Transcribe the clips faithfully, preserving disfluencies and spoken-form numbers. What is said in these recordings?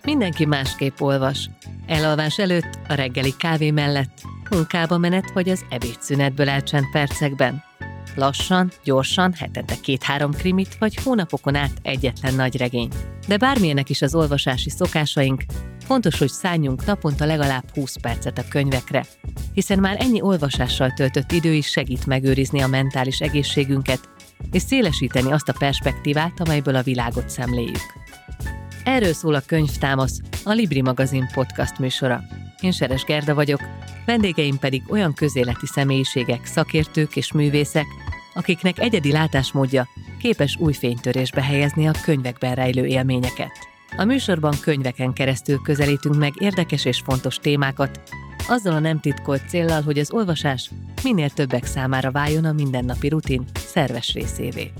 Mindenki másképp olvas. Elalvás előtt, a reggeli kávé mellett, munkába menet vagy az ebédszünetből elcsent percekben. Lassan, gyorsan, hetente két-három krimit, vagy hónapokon át egyetlen nagy regényt. De bármilyenek is az olvasási szokásaink, fontos, hogy szálljunk naponta legalább húsz percet a könyvekre, hiszen már ennyi olvasással töltött idő is segít megőrizni a mentális egészségünket, és szélesíteni azt a perspektívát, amelyből a világot szemléljük. Erről szól a Könyvtámasz, a Libri magazin podcast műsora. Én Seres Gerda vagyok, vendégeim pedig olyan közéleti személyiségek, szakértők és művészek, akiknek egyedi látásmódja képes új fénytörésbe helyezni a könyvekben rejlő élményeket. A műsorban könyveken keresztül közelítünk meg érdekes és fontos témákat, azzal a nem titkolt céllal, hogy az olvasás minél többek számára váljon a mindennapi rutin szerves részévé.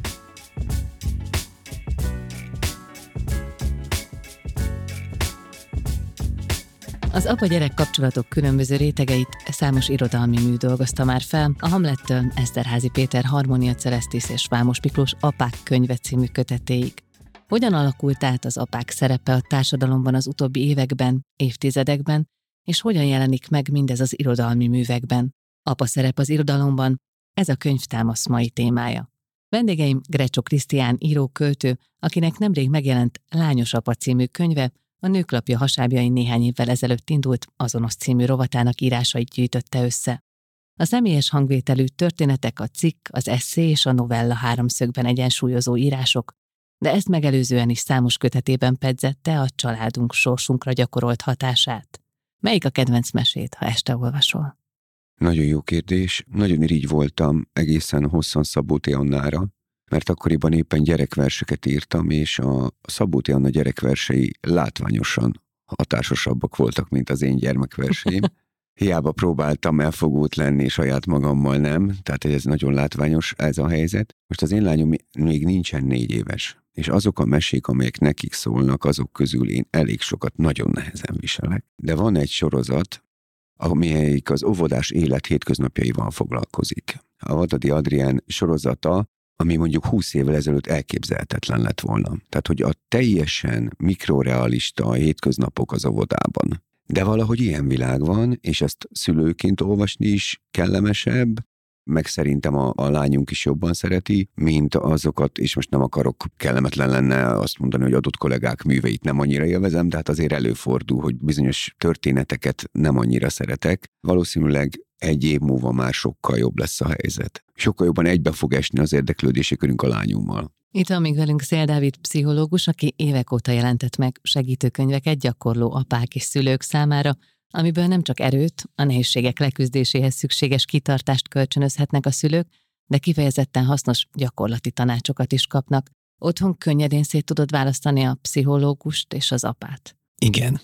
Az apa-gyerek kapcsolatok különböző rétegeit számos irodalmi mű dolgozta már fel, a Hamlettől Eszterházy Péter Harmonia Celestis és Vámos Miklós Apák könyve című kötetéig. Hogyan alakult át az apák szerepe a társadalomban az utóbbi években, évtizedekben, és hogyan jelenik meg mindez az irodalmi művekben? Apa szerep az irodalomban, ez a Könyvtámasz mai témája. Vendégeim Grecsó Krisztián író-költő, akinek nemrég megjelent Lányos apa című könyve, a Nőklapja hasábjain néhány évvel ezelőtt indult Azonos című rovatának írásait gyűjtötte össze. A személyes hangvételű történetek, a cikk, az esszé és a novella háromszögben egyensúlyozó írások, de ezt megelőzően is számos kötetében pedzette a családunk sorsunkra gyakorolt hatását. Melyik a kedvenc mesét, ha este olvasol? Nagyon jó kérdés. Nagyon irigy voltam egészen hosszan Szabó T. Annára, mert akkoriban éppen gyerekverseket írtam, és a Szabó T. Anna gyerekversei látványosan hatásosabbak voltak, mint az én gyermekverseim. Hiába próbáltam elfogult lenni, saját magammal nem, tehát ez nagyon látványos ez a helyzet. Most az én lányom még nincsen négy éves, és azok a mesék, amelyek nekik szólnak, azok közül én elég sokat nagyon nehezen viselek. De van egy sorozat, amelyik az óvodás élet hétköznapjaival foglalkozik. A Vadadi Adrián sorozata, ami mondjuk húsz évvel ezelőtt elképzelhetetlen lett volna. Tehát, hogy a teljesen mikrorealista hétköznapok az óvodában. De valahogy ilyen világ van, és ezt szülőként olvasni is kellemesebb, meg szerintem a, a lányunk is jobban szereti, mint azokat, és most nem akarok kellemetlen lenne azt mondani, hogy adott kollégák műveit nem annyira élvezem, de hát azért előfordul, hogy bizonyos történeteket nem annyira szeretek. Valószínűleg egy év múlva már sokkal jobb lesz a helyzet. Sokkal jobban egybe fog esni az érdeklődési körünk a lányommal. Itt van még velünk Szél Dávid pszichológus, aki évek óta jelentett meg segítőkönyveket gyakorló apák és szülők számára, amiből nem csak erőt, a nehézségek leküzdéséhez szükséges kitartást kölcsönözhetnek a szülők, de kifejezetten hasznos gyakorlati tanácsokat is kapnak. Otthon könnyedén szét tudod választani a pszichológust és az apát. Igen.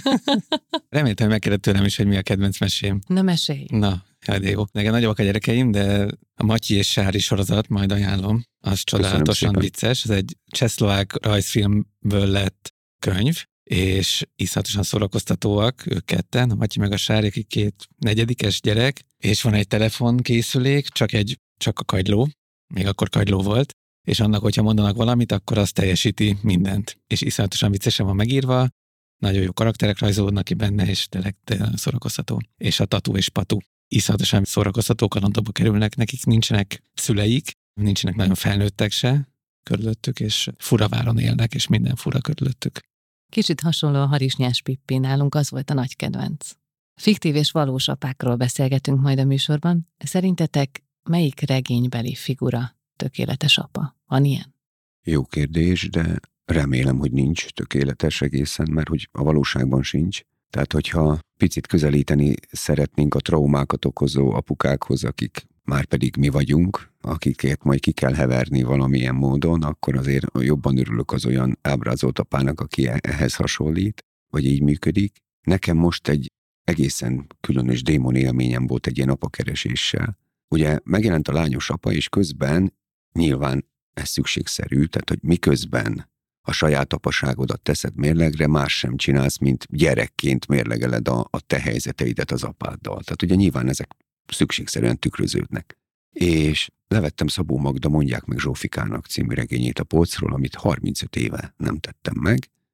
Reméltem, hogy megkérdett tőlem is, hogy mi a kedvenc mesém. Na, mesélj. Na, jaj, de jó. Nekem nagyobbak a gyerekeim, de a Matyi és Sári sorozat, majd ajánlom. Az csodálatosan vicces. Ez egy csehszlovák rajzfilmből lett könyv, és iszonyatosan szórakoztatóak ők ketten, a Matyi meg a Sári, aki két negyedikes gyerek, és van egy telefonkészülék, csak egy, csak a kagyló, még akkor kagyló volt, és annak, hogyha mondanak valamit, akkor az teljesíti mindent. És iszonyatosan viccesen van megírva, nagyon jó karakterek rajzolódnak ki benne, és tényleg, tényleg szórakoztató. És a Tatu és Patu iszonyatosan szórakoztató kalandokba kerülnek, nekik nincsenek szüleik, nincsenek nagyon felnőttek se körülöttük, és furaváron élnek, és minden fura körülöttük. Kicsit hasonló a Harisnyás Pippi, nálunk az volt a nagy kedvenc. Fiktív és valós apákról beszélgetünk majd a műsorban. Szerintetek melyik regénybeli figura tökéletes apa? Van ilyen? Jó kérdés, de remélem, hogy nincs tökéletes egészen, mert hogy a valóságban sincs. Tehát, hogyha picit közelíteni szeretnénk a traumákat okozó apukákhoz, akik már pedig mi vagyunk, akiket majd ki kell heverni valamilyen módon, akkor azért jobban örülök az olyan ábrázolt apának, aki ehhez hasonlít, vagy így működik. Nekem most egy egészen különös démon élményem volt egy ilyen apakereséssel. Ugye megjelent a Lányos apa, és közben nyilván ez szükségszerű, tehát hogy miközben a saját apaságodat teszed mérlegre, más sem csinálsz, mint gyerekként mérlegeled a, a te helyzeteidet az apáddal. Tehát ugye nyilván ezek szükségszerűen tükröződnek. És levettem Szabó Magda Mondják meg Zsófikának című regényét a polcról, amit harmincöt éve nem tettem meg,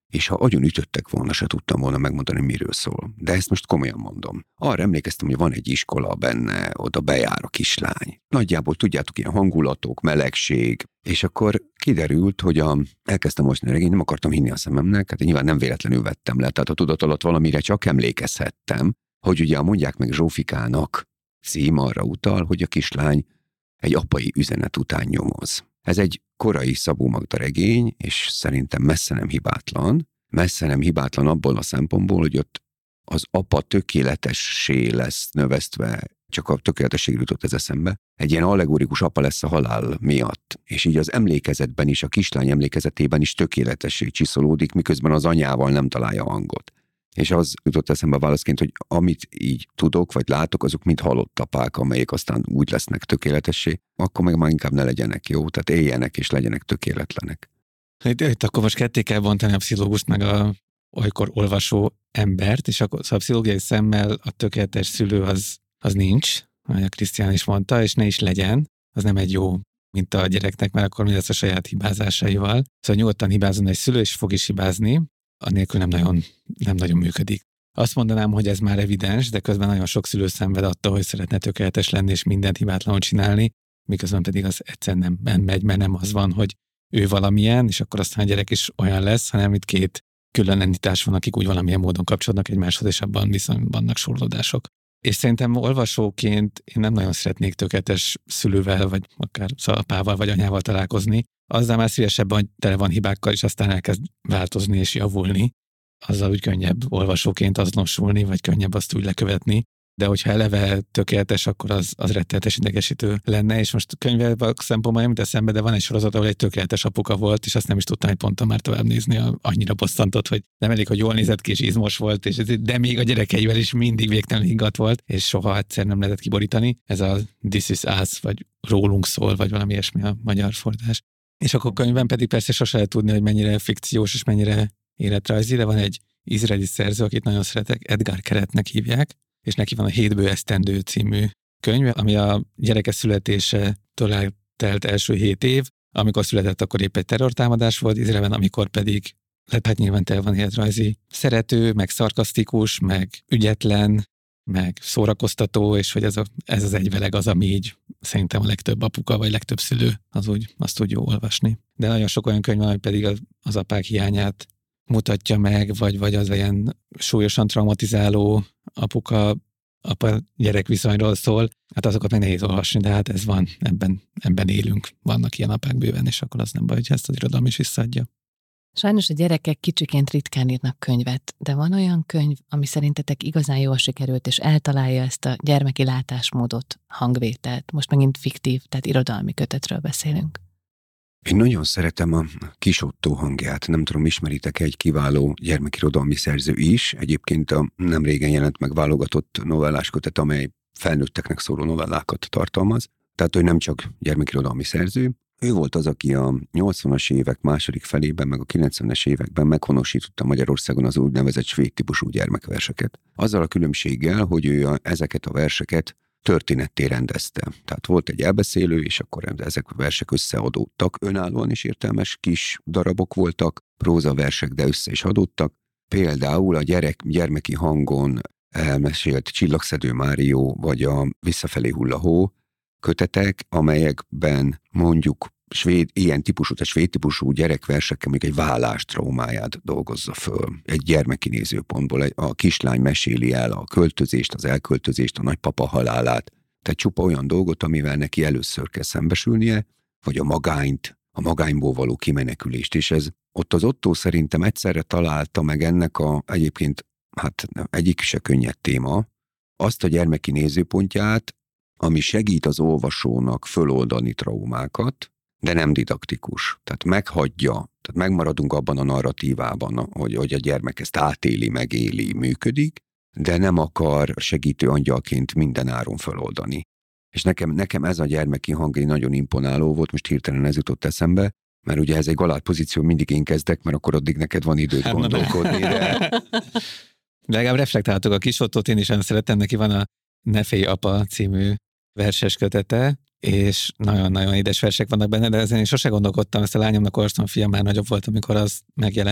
és ha agyon ütöttek volna, se tudtam volna megmondani, miről szól. De ezt most komolyan mondom. Arra emlékeztem, hogy van egy iskola benne, oda bejár a kislány. Nagyjából tudjátok, ilyen hangulatok, melegség, és akkor kiderült, hogy a, elkezdtem olvasni a regényt, nem akartam hinni a szememnek, hát nyilván nem véletlenül vettem le, tehát a tudat alatt valamire csak emlékezhettem, hogy ugye a Mondják meg Zsófikának cím arra utal, hogy a kislány egy apai üzenet után nyomoz. Ez egy korai Szabó Magda regény, és szerintem messze nem hibátlan. Messze nem hibátlan abból a szempontból, hogy ott az apa tökéletessé lesz növesztve, csak a tökéletesség jutott ez eszembe. Egy ilyen allegorikus apa lesz a halál miatt, és így az emlékezetben is, a kislány emlékezetében is tökéletessé csiszolódik, miközben az anyával nem találja hangot. És az jutott eszembe válaszként, hogy amit így tudok, vagy látok, azok mind halott apák, amelyek aztán úgy lesznek tökéletessé, akkor meg már inkább ne legyenek jó, tehát éljenek és legyenek tökéletlenek. Itt, itt akkor most ketté kell bontani a pszichológust meg a olykor olvasó embert, és akkor szóval a pszichológiai szemmel a tökéletes szülő az, az nincs, ahogy a Krisztián is mondta, és ne is legyen, az nem egy jó minta a gyereknek, mert akkor mi lesz a saját hibázásaival. Szóval nyugodtan hibázon egy szülő, és fog is hibázni, annélkül nem nagyon, nem nagyon működik. Azt mondanám, hogy ez már evidens, de közben nagyon sok szülő szenved attól, hogy szeretne tökéletes lenni, és mindent hibátlanul csinálni, miközben pedig az egyszerűen nem megy, mert nem az van, hogy ő valamilyen, és akkor aztán a gyerek is olyan lesz, hanem itt két külön entitás van, akik úgy valamilyen módon kapcsolódnak egymáshoz, és abban viszont vannak sorlódások. És szerintem olvasóként én nem nagyon szeretnék tökéletes szülővel, vagy akár apával, vagy anyával találkozni. Azzal már szívesebben, hogy tele van hibákkal, és aztán elkezd változni és javulni. Azzal úgy könnyebb olvasóként azonosulni, vagy könnyebb azt úgy lekövetni. De hogyha eleve tökéletes, akkor az, az rettenetes idegesítő lenne, és most könyvvel szempontból nem jut eszembe, de van egy sorozat, ahol egy tökéletes apuka volt, és azt nem is tudtam egy ponton már tovább nézni, annyira bosszantott, hogy nem elég, hogy jól nézett ki, és izmos volt, és ez, de még a gyerekeivel is mindig végtelenül higgadt volt, és soha egyszer nem lehetett kiborítani. Ez a This is Us, vagy rólunk szól, vagy valami ilyesmi a magyar fordítás. És akkor könyvben pedig persze sose lehet tudni, hogy mennyire fikciós, és mennyire életrajzi, de van egy izraeli szerző, akit nagyon szeretek, Edgar Keretnek hívják, és neki van a Hétbő esztendő című könyv, ami a gyereke születésétől eltelt első hét év. Amikor született, akkor épp egy terrortámadás volt Izraelben, amikor pedig lett, hát nyilván tele van életrajzi szerető, meg szarkasztikus, meg ügyetlen, meg szórakoztató, és hogy ez, a, ez az egyveleg az, ami így szerintem a legtöbb apuka, vagy legtöbb szülő az úgy, azt úgy jó olvasni. De nagyon sok olyan könyv van, hogy pedig az, az apák hiányát mutatja meg, vagy, vagy az ilyen súlyosan traumatizáló apuka, apa-gyerek viszonyról szól, hát azokat meg nehéz olvasni, de hát ez van, ebben, ebben élünk, vannak ilyen apák bőven, és akkor az nem baj, hogy ezt az irodalom is visszaadja. Sajnos a gyerekek kicsiként ritkán írnak könyvet, de van olyan könyv, ami szerintetek igazán jól sikerült, és eltalálja ezt a gyermeki látásmódot, hangvételt, most megint fiktív, tehát irodalmi kötetről beszélünk. Én nagyon szeretem a Kis Ottó hangját, nem tudom, ismeritek egy kiváló gyermekirodalmi szerző is, egyébként a nem régen jelent meg válogatott novellás kötet, amely felnőtteknek szóló novellákat tartalmaz, tehát ő nem csak gyermekirodalmi szerző, ő volt az, aki a nyolcvanas évek második felében, meg a kilencvenes években meghonosította Magyarországon az úgynevezett svéd típusú gyermekverseket. Azzal a különbséggel, hogy ő a, ezeket a verseket történetté rendezte. Tehát volt egy elbeszélő, és akkor ezek a versek összeadódtak, önállóan is értelmes kis darabok voltak, prózaversek, de össze is adódtak. Például a gyerek, gyermeki hangon elmesélt Csillagszedő Márió, vagy a Visszafelé hull a hó kötetek, amelyekben mondjuk svéd, ilyen típusú, tehát svéd típusú gyerekversekkel mondjuk egy vállás traumáját dolgozza föl. Egy gyermeki nézőpontból a kislány meséli el a költözést, az elköltözést, a nagypapa halálát. Tehát csupa olyan dolgot, amivel neki először kell szembesülnie, vagy a magányt, a magányból való kimenekülést. És ez ott az Ottó szerintem egyszerre találta meg ennek a egyébként, hát egyik se könnyed téma, azt a gyermeki nézőpontját, ami segít az olvasónak föloldani traumákat, de nem didaktikus. Tehát meghagyja, tehát megmaradunk abban a narratívában, hogy, hogy a gyermek ezt átéli, megéli, működik, de nem akar segítő angyalként minden áron föloldani. És nekem, nekem ez a gyermeki hang nagyon imponáló volt, most hirtelen ez jutott eszembe, mert ugye ez egy galát pozíció, mindig én kezdek, mert akkor addig neked van időt hát gondolkodni, de... De legalább reflektáltok a Kis Ottót, én is nagyon szeretem, neki van a Ne félj apa című verses kötete, és nagyon-nagyon édes versek vannak benne, de ezen én sose gondolkodtam, ezt a lányomnak olvastam, a fiam már nagyobb volt, amikor az megjelent,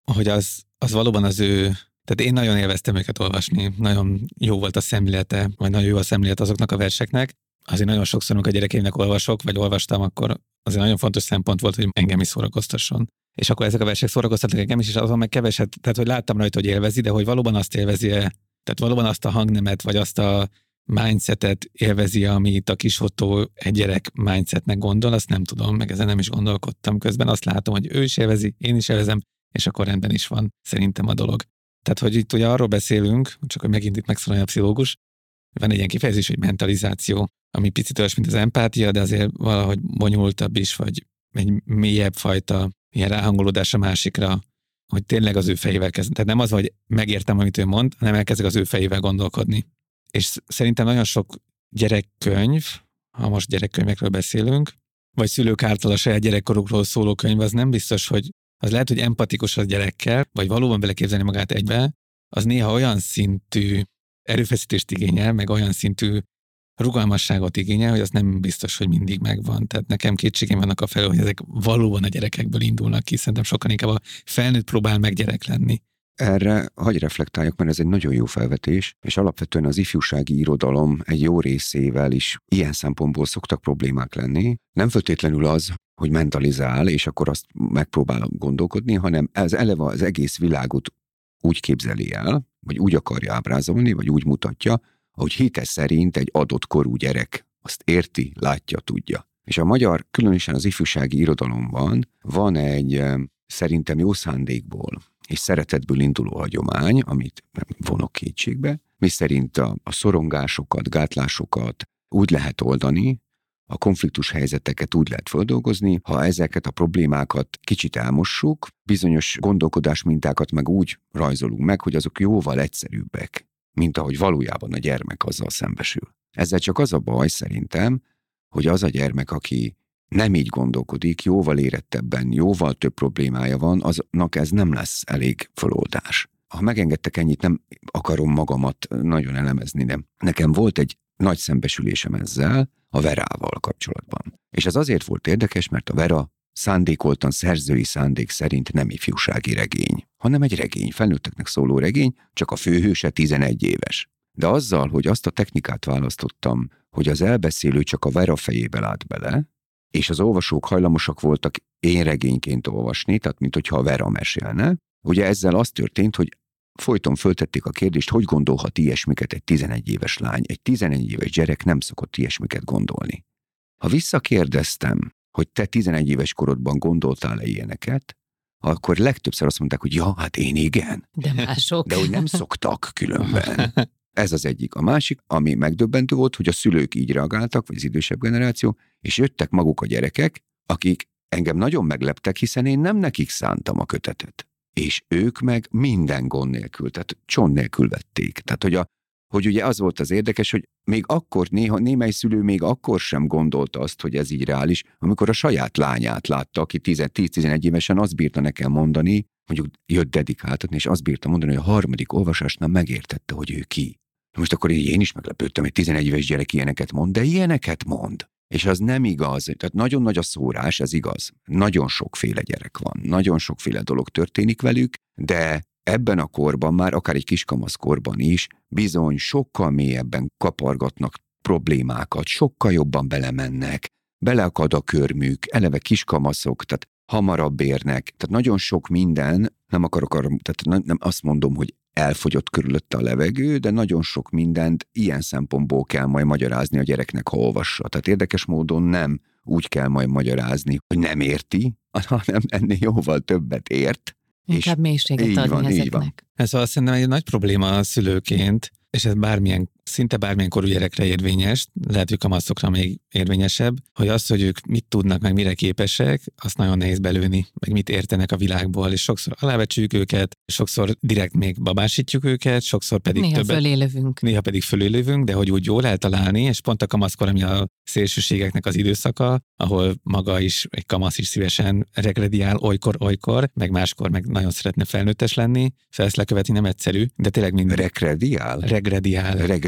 hogy az, az valóban az ő, tehát én nagyon élveztem őket olvasni, nagyon jó volt a szemlélete, vagy nagyon jó a szemlélet azoknak a verseknek. Azért nagyon sokszor, amikor a gyerekeimnek olvasok, vagy olvastam, akkor azért nagyon fontos szempont volt, hogy engem is szórakoztasson. És akkor ezek a versek szórakoztatnak engem is, és azon meg keveset, tehát hogy láttam rajta, hogy élvezi, de hogy valóban azt élvezi, tehát valóban azt a hangnemet, vagy azt a mindsetet élvezi, amit a kis Otto egy gyerek mindsetnek gondol, azt nem tudom, meg ezen nem is gondolkodtam közben. Azt látom, hogy ő is élvezi, én is élvezem, és akkor rendben is van szerintem a dolog. Tehát, hogy itt ugye arról beszélünk, csak hogy megint itt megszólalja a pszichológus, van egy ilyen kifejezés, hogy mentalizáció, ami picit olyas, mint az empátia, de azért valahogy bonyolultabb is, vagy egy mélyebb fajta ilyen ráhangolódás a másikra, hogy tényleg az ő fejével kezd. Tehát nem az, hogy megértem, amit ő mond, hanem elkezdek az ő fejével gondolkodni. És szerintem nagyon sok gyerekkönyv, ha most gyerekkönyvekről beszélünk, vagy szülők által a saját gyerekkorukról szóló könyv, az nem biztos, hogy az lehet, hogy empatikus a gyerekkel, vagy valóban beleképzelni magát egybe, az néha olyan szintű erőfeszítést igényel, meg olyan szintű rugalmasságot igényel, hogy az nem biztos, hogy mindig megvan. Tehát nekem kétségem vannak a felől, hogy ezek valóban a gyerekekből indulnak ki. Szerintem sokkal inkább a felnőtt próbál meg gyerek lenni. Erre hagyj reflektáljak, mert ez egy nagyon jó felvetés, és alapvetően az ifjúsági irodalom egy jó részével is ilyen szempontból szoktak problémák lenni. Nem feltétlenül az, hogy mentalizál, és akkor azt megpróbál gondolkodni, hanem ez eleve az egész világot úgy képzeli el, vagy úgy akarja ábrázolni, vagy úgy mutatja, ahogy hite szerint egy adott korú gyerek azt érti, látja, tudja. És a magyar, különösen az ifjúsági irodalomban van egy szerintem jó szándékból és szeretetből induló hagyomány, amit nem vonok kétségbe, miszerint a, a szorongásokat, gátlásokat úgy lehet oldani, a konfliktus helyzeteket úgy lehet feldolgozni, ha ezeket a problémákat kicsit elmossuk, bizonyos gondolkodás mintákat meg úgy rajzolunk meg, hogy azok jóval egyszerűbbek, mint ahogy valójában a gyermek azzal szembesül. Ezzel csak az a baj szerintem, hogy az a gyermek, aki nem így gondolkodik, jóval érettebben, jóval több problémája van, aznak ez nem lesz elég feloldás. Ha megengedtek ennyit, nem akarom magamat nagyon elemezni, de nekem volt egy nagy szembesülésem ezzel, a Verával kapcsolatban. És ez azért volt érdekes, mert a Vera szándékoltan szerzői szándék szerint nem ifjúsági regény, hanem egy regény, felnőtteknek szóló regény, csak a főhőse tizenegy éves. De azzal, hogy azt a technikát választottam, hogy az elbeszélő csak a Vera fejébe lát bele, és az olvasók hajlamosak voltak én regényként olvasni, tehát mint hogyha a Vera mesélne, ugye ezzel az történt, hogy folyton föltették a kérdést, hogy gondolhat ilyesmiket egy tizenegy éves lány. Egy tizenegy éves gyerek nem szokott ilyesmiket gondolni. Ha visszakérdeztem, hogy te tizenegy éves korodban gondoltál-e ilyeneket, akkor legtöbbször azt mondták, hogy ja, hát én igen. De mások. De hogy nem szoktak különben. Ez az egyik. A másik, ami megdöbbentő volt, hogy a szülők így reagáltak, vagy az idősebb generáció, és jöttek maguk a gyerekek, akik engem nagyon megleptek, hiszen én nem nekik szántam a kötetet. És ők meg minden gond nélkül, tehát cson nélkül vették. Tehát, hogy, a, hogy ugye az volt az érdekes, hogy még akkor, néha némely szülő még akkor sem gondolta azt, hogy ez így reális, amikor a saját lányát látta, aki tíz-tizenegy évesen azt bírta nekem mondani, mondjuk jött dedikáltatni, és azt bírta mondani, hogy a harmadik olvasásnál megértette, hogy ő ki. Most akkor én is meglepődtem, hogy tizenegy éves gyerek ilyeneket mond, de ilyeneket mond. És az nem igaz. Tehát nagyon nagy a szórás, ez igaz. Nagyon sokféle gyerek van, nagyon sokféle dolog történik velük, de ebben a korban, már akár egy kiskamasz korban is, bizony sokkal mélyebben kapargatnak problémákat, sokkal jobban belemennek, beleakad a körmük, eleve kiskamaszok, tehát hamarabb érnek. Tehát nagyon sok minden, nem akarok arra, tehát nem azt mondom, hogy elfogyott körülötte a levegő, de nagyon sok mindent ilyen szempontból kell majd magyarázni a gyereknek, ha olvassa. Tehát érdekes módon nem úgy kell majd magyarázni, hogy nem érti, hanem ennél jóval többet ért. Inkább mélységet adni van, ezeknek. Ez azt szerintem egy nagy probléma a szülőként, és ez bármilyen, szinte bármilyen korú gyerekre érvényes, lehet, hogy kamaszokra még érvényesebb, hogy az, hogy ők mit tudnak, meg mire képesek, azt nagyon nehéz belőni, meg mit értenek a világból, és sokszor alábecsüljük őket, sokszor direkt még babásítjuk őket, sokszor pedig néha többet. fölélövünk. Néha pedig fölélövünk, de hogy úgy jól eltalálni, és pont a kamaszkor, ami a szélsőségeknek az időszaka, ahol maga is, egy kamasz is szívesen regrediál olykor-olykor, meg máskor meg nagyon szeretne felnőttes lenni, fel ezt lekövetni nem egyszerű, de tényleg minden. Regrediál? Regrediál. Regre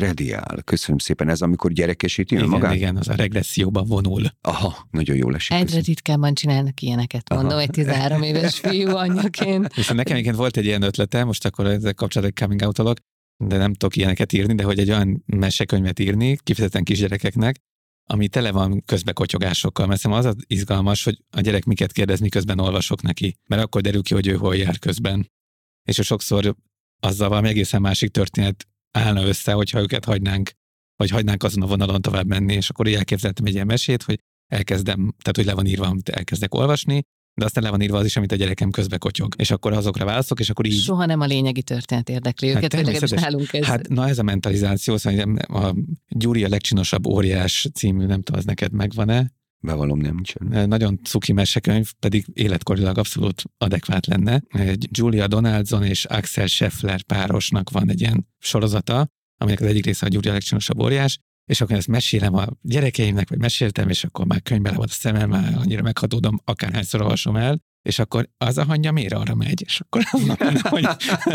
Egrediál. Köszönöm szépen. Ez amikor gyerekesíti igen, magát? Igen, az a regresszióba vonul. Aha, nagyon jól esik. Egyre ritkábban csinálnak ilyeneket, mondom, Aha. egy tizenhárom éves fiú anyjaként. Viszont nekem igen volt egy ilyen ötlete, most akkor ezzel kapcsolatban coming out-olok, de nem tudok ilyeneket írni, de hogy egy olyan mesekönyvet írni, kifejezetten kisgyerekeknek, ami tele van közbekotyogásokkal, mert szerintem az az izgalmas, hogy a gyerek miket kérdez, miközben olvasok neki, mert akkor derül ki, hogy ő hol jár közben. És sokszor azzal valami egészen másik történet állna össze, hogyha őket hagynánk, vagy hagynánk azon a vonalon tovább menni, és akkor így elképzeltem egy ilyen mesét, hogy elkezdem, tehát hogy le van írva, amit elkezdek olvasni, de aztán le van írva az is, amit a gyerekem közbe kotyog. És akkor azokra válaszok, és akkor így... Soha nem a lényegi történet érdekli hát őket, vagy legalábbis nálunk ez. Hát na ez a mentalizáció, szóval a Gyuri a legcsinosabb óriás című, nem tudom, az neked megvan-e? Bevallom, nem nincsen. Nagyon cuki mesekönyv, pedig életkorilag abszolút adekvát lenne. Julia Donaldson és Axel Scheffler párosnak van egy ilyen sorozata, aminek az egyik része a Gyuri a legcsinosabb óriás, és akkor ezt mesélem a gyerekeimnek, vagy meséltem, és akkor már könyvbe le volt a szemem, már annyira meghatódom, akárhányszor olvasom el, és akkor az a hangja miért arra megy, és akkor az mondom, hogy...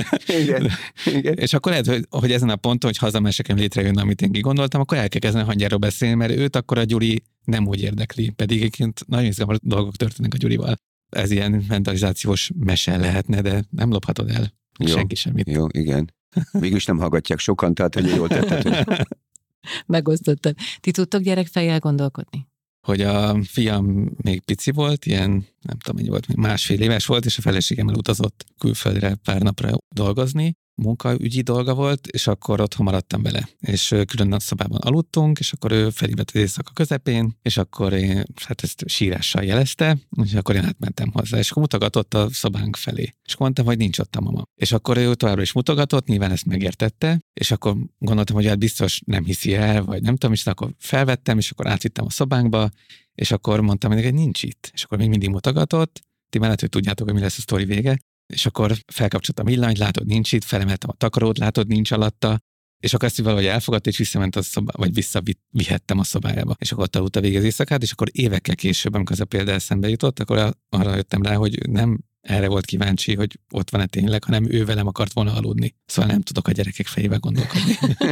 igen, igen. És akkor lehet, hogy, hogy ezen a ponton, hogy hazamesekönyv létrejönne, amit én kigondoltam, akkor el kell kezdeni a hangjáról beszélni, mert őt akkor a Gyuri nem úgy érdekli, pedig egyébként nagyon izgalmas dolgok történnek a Gyurival. Ez ilyen mentalizációs mese lehetne, de nem lophatod el jó, senki semmit. Jó, igen. Mégis nem hallgatják sokan, tehát hogy jól tetted. Megosztottad. Ti tudtok gyerekfejjel gondolkodni? Hogy a fiam még pici volt, ilyen, nem tudom, mennyi volt, másfél éves volt, és a feleségemmel utazott külföldre pár napra dolgozni, munkaügyi dolga volt, és akkor otthon maradtam vele. És külön nagy szobában aludtunk, és akkor ő felébredt az éjszaka közepén, és akkor én, hát ezt sírással jelezte, és akkor én átmentem hozzá, és akkor mutogatott a szobánk felé. És akkor mondtam, hogy nincs ott a mama. És akkor ő továbbra is mutogatott, nyilván ezt megértette, és akkor gondoltam, hogy hát biztos nem hiszi el, vagy nem tudom, és akkor felvettem, és akkor átvittem a szobánkba, és akkor mondtam, hogy nincs itt. És akkor még mindig mutogatott, ti mellett, hogy tudjátok, hogy mi lesz a sztori vége. És akkor felkapcsoltam a villanyt, látod, nincs itt, felemeltem a takarót, látod, nincs alatta, és akkor ezt valahogy elfogadta, és visszament a szobába, vagy visszavihettem a szobájába. És akkor ott aludta végig az éjszakát, és akkor évekkel később, amikor az a példa eszembe jutott, akkor arra jöttem rá, hogy nem erre volt kíváncsi, hogy ott van-e tényleg, hanem ő velem akart volna aludni. Szóval nem tudok a gyerekek fejével gondolkodni.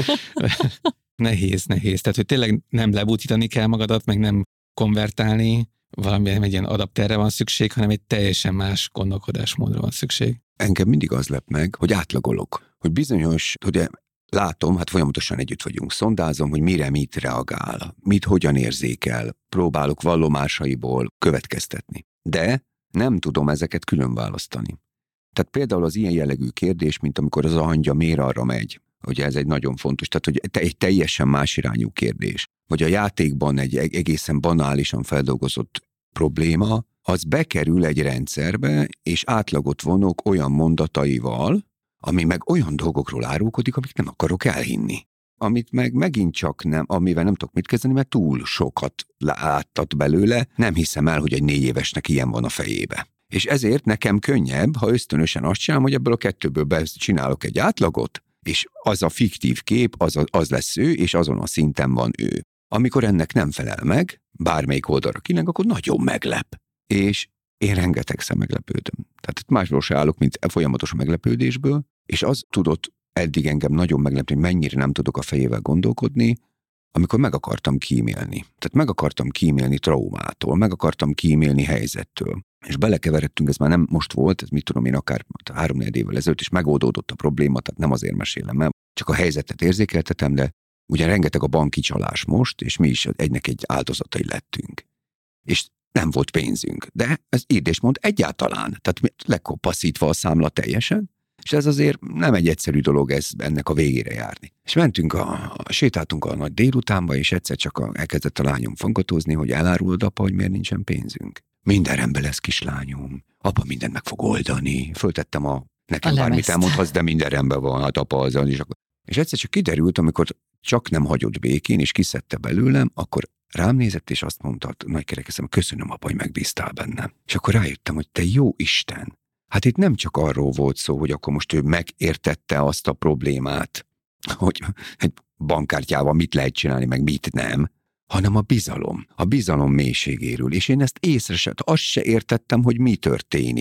nehéz, nehéz. Tehát, hogy tényleg nem lebutítani kell magadat, meg nem konvertálni, valamilyen egy ilyen adapterre van szükség, hanem egy teljesen más gondolkodásmódra van szükség. Engem mindig az lep meg, hogy átlagolok, hogy bizonyos, hogy látom, hát folyamatosan együtt vagyunk, szondázom, hogy mire mit reagál, mit hogyan érzékel, próbálok vallomásaiból következtetni. De nem tudom ezeket külön választani. Tehát például az ilyen jellegű kérdés, mint amikor az a hangya miért arra megy, ugye ez egy nagyon fontos, tehát hogy egy teljesen más irányú kérdés. Vagy a játékban egy egészen banálisan feldolgozott probléma, az bekerül egy rendszerbe, és átlagot vonok olyan mondataival, ami meg olyan dolgokról árulkodik, amik nem akarok elhinni. Amit meg megint csak nem, amivel nem tudok mit kezdeni, mert túl sokat láttat belőle, nem hiszem el, hogy egy négy évesnek ilyen van a fejébe. És ezért nekem könnyebb, ha ösztönösen azt csinálom, hogy ebből a kettőből csinálok egy átlagot, és az a fiktív kép, az, a, az lesz ő, és azon a szinten van ő. Amikor ennek nem felel meg, bármelyik oldalra kileng, akkor nagyon meglep. És én rengetegszer meglepődöm. Tehát másból se állok, mint folyamatos meglepődésből, és az tudott eddig engem nagyon meglepni, hogy mennyire nem tudok a fejével gondolkodni, amikor meg akartam kímélni. Tehát meg akartam kímélni traumától, meg akartam kímélni helyzettől. És belekeveredtünk, ez már nem most volt, ez mit tudom én, akár három-négy évvel ezelőtt, és megoldódott a probléma, tehát nem azért mesélem el, csak a helyzetet érzékeltetem, de ugye rengeteg a banki csalás most, és mi is egynek egy áldozatai lettünk. És nem volt pénzünk. De ez írd és mond egyáltalán. Tehát lekopaszítva a számla teljesen, és ez azért nem egy egyszerű dolog ez ennek a végére járni. És mentünk, a, a sétáltunk a nagy délutánba, és egyszer csak a, elkezdett a lányom fangatózni, hogy elárulod, apa, hogy miért nincsen pénzünk. Minden rendben lesz, kislányom. Apa mindent meg fog oldani. Föltettem a nekem a bármit elmondhatsz, de minden rendben van, hát apa az. És, akkor... és egyszer csak kiderült, amikor csak nem hagyott békén, és kiszedte belőlem, akkor rám nézett, és azt mondta, nagy kerekeszem, köszönöm, apa, hogy megbíztál bennem. És akkor rájöttem, hogy te jó Isten. Hát itt nem csak arról volt szó, hogy akkor most ő megértette azt a problémát, hogy egy bankkártyával mit lehet csinálni, meg mit nem, hanem a bizalom. A bizalom mélységéről. És én ezt észre sem, azt se értettem, hogy mi történik.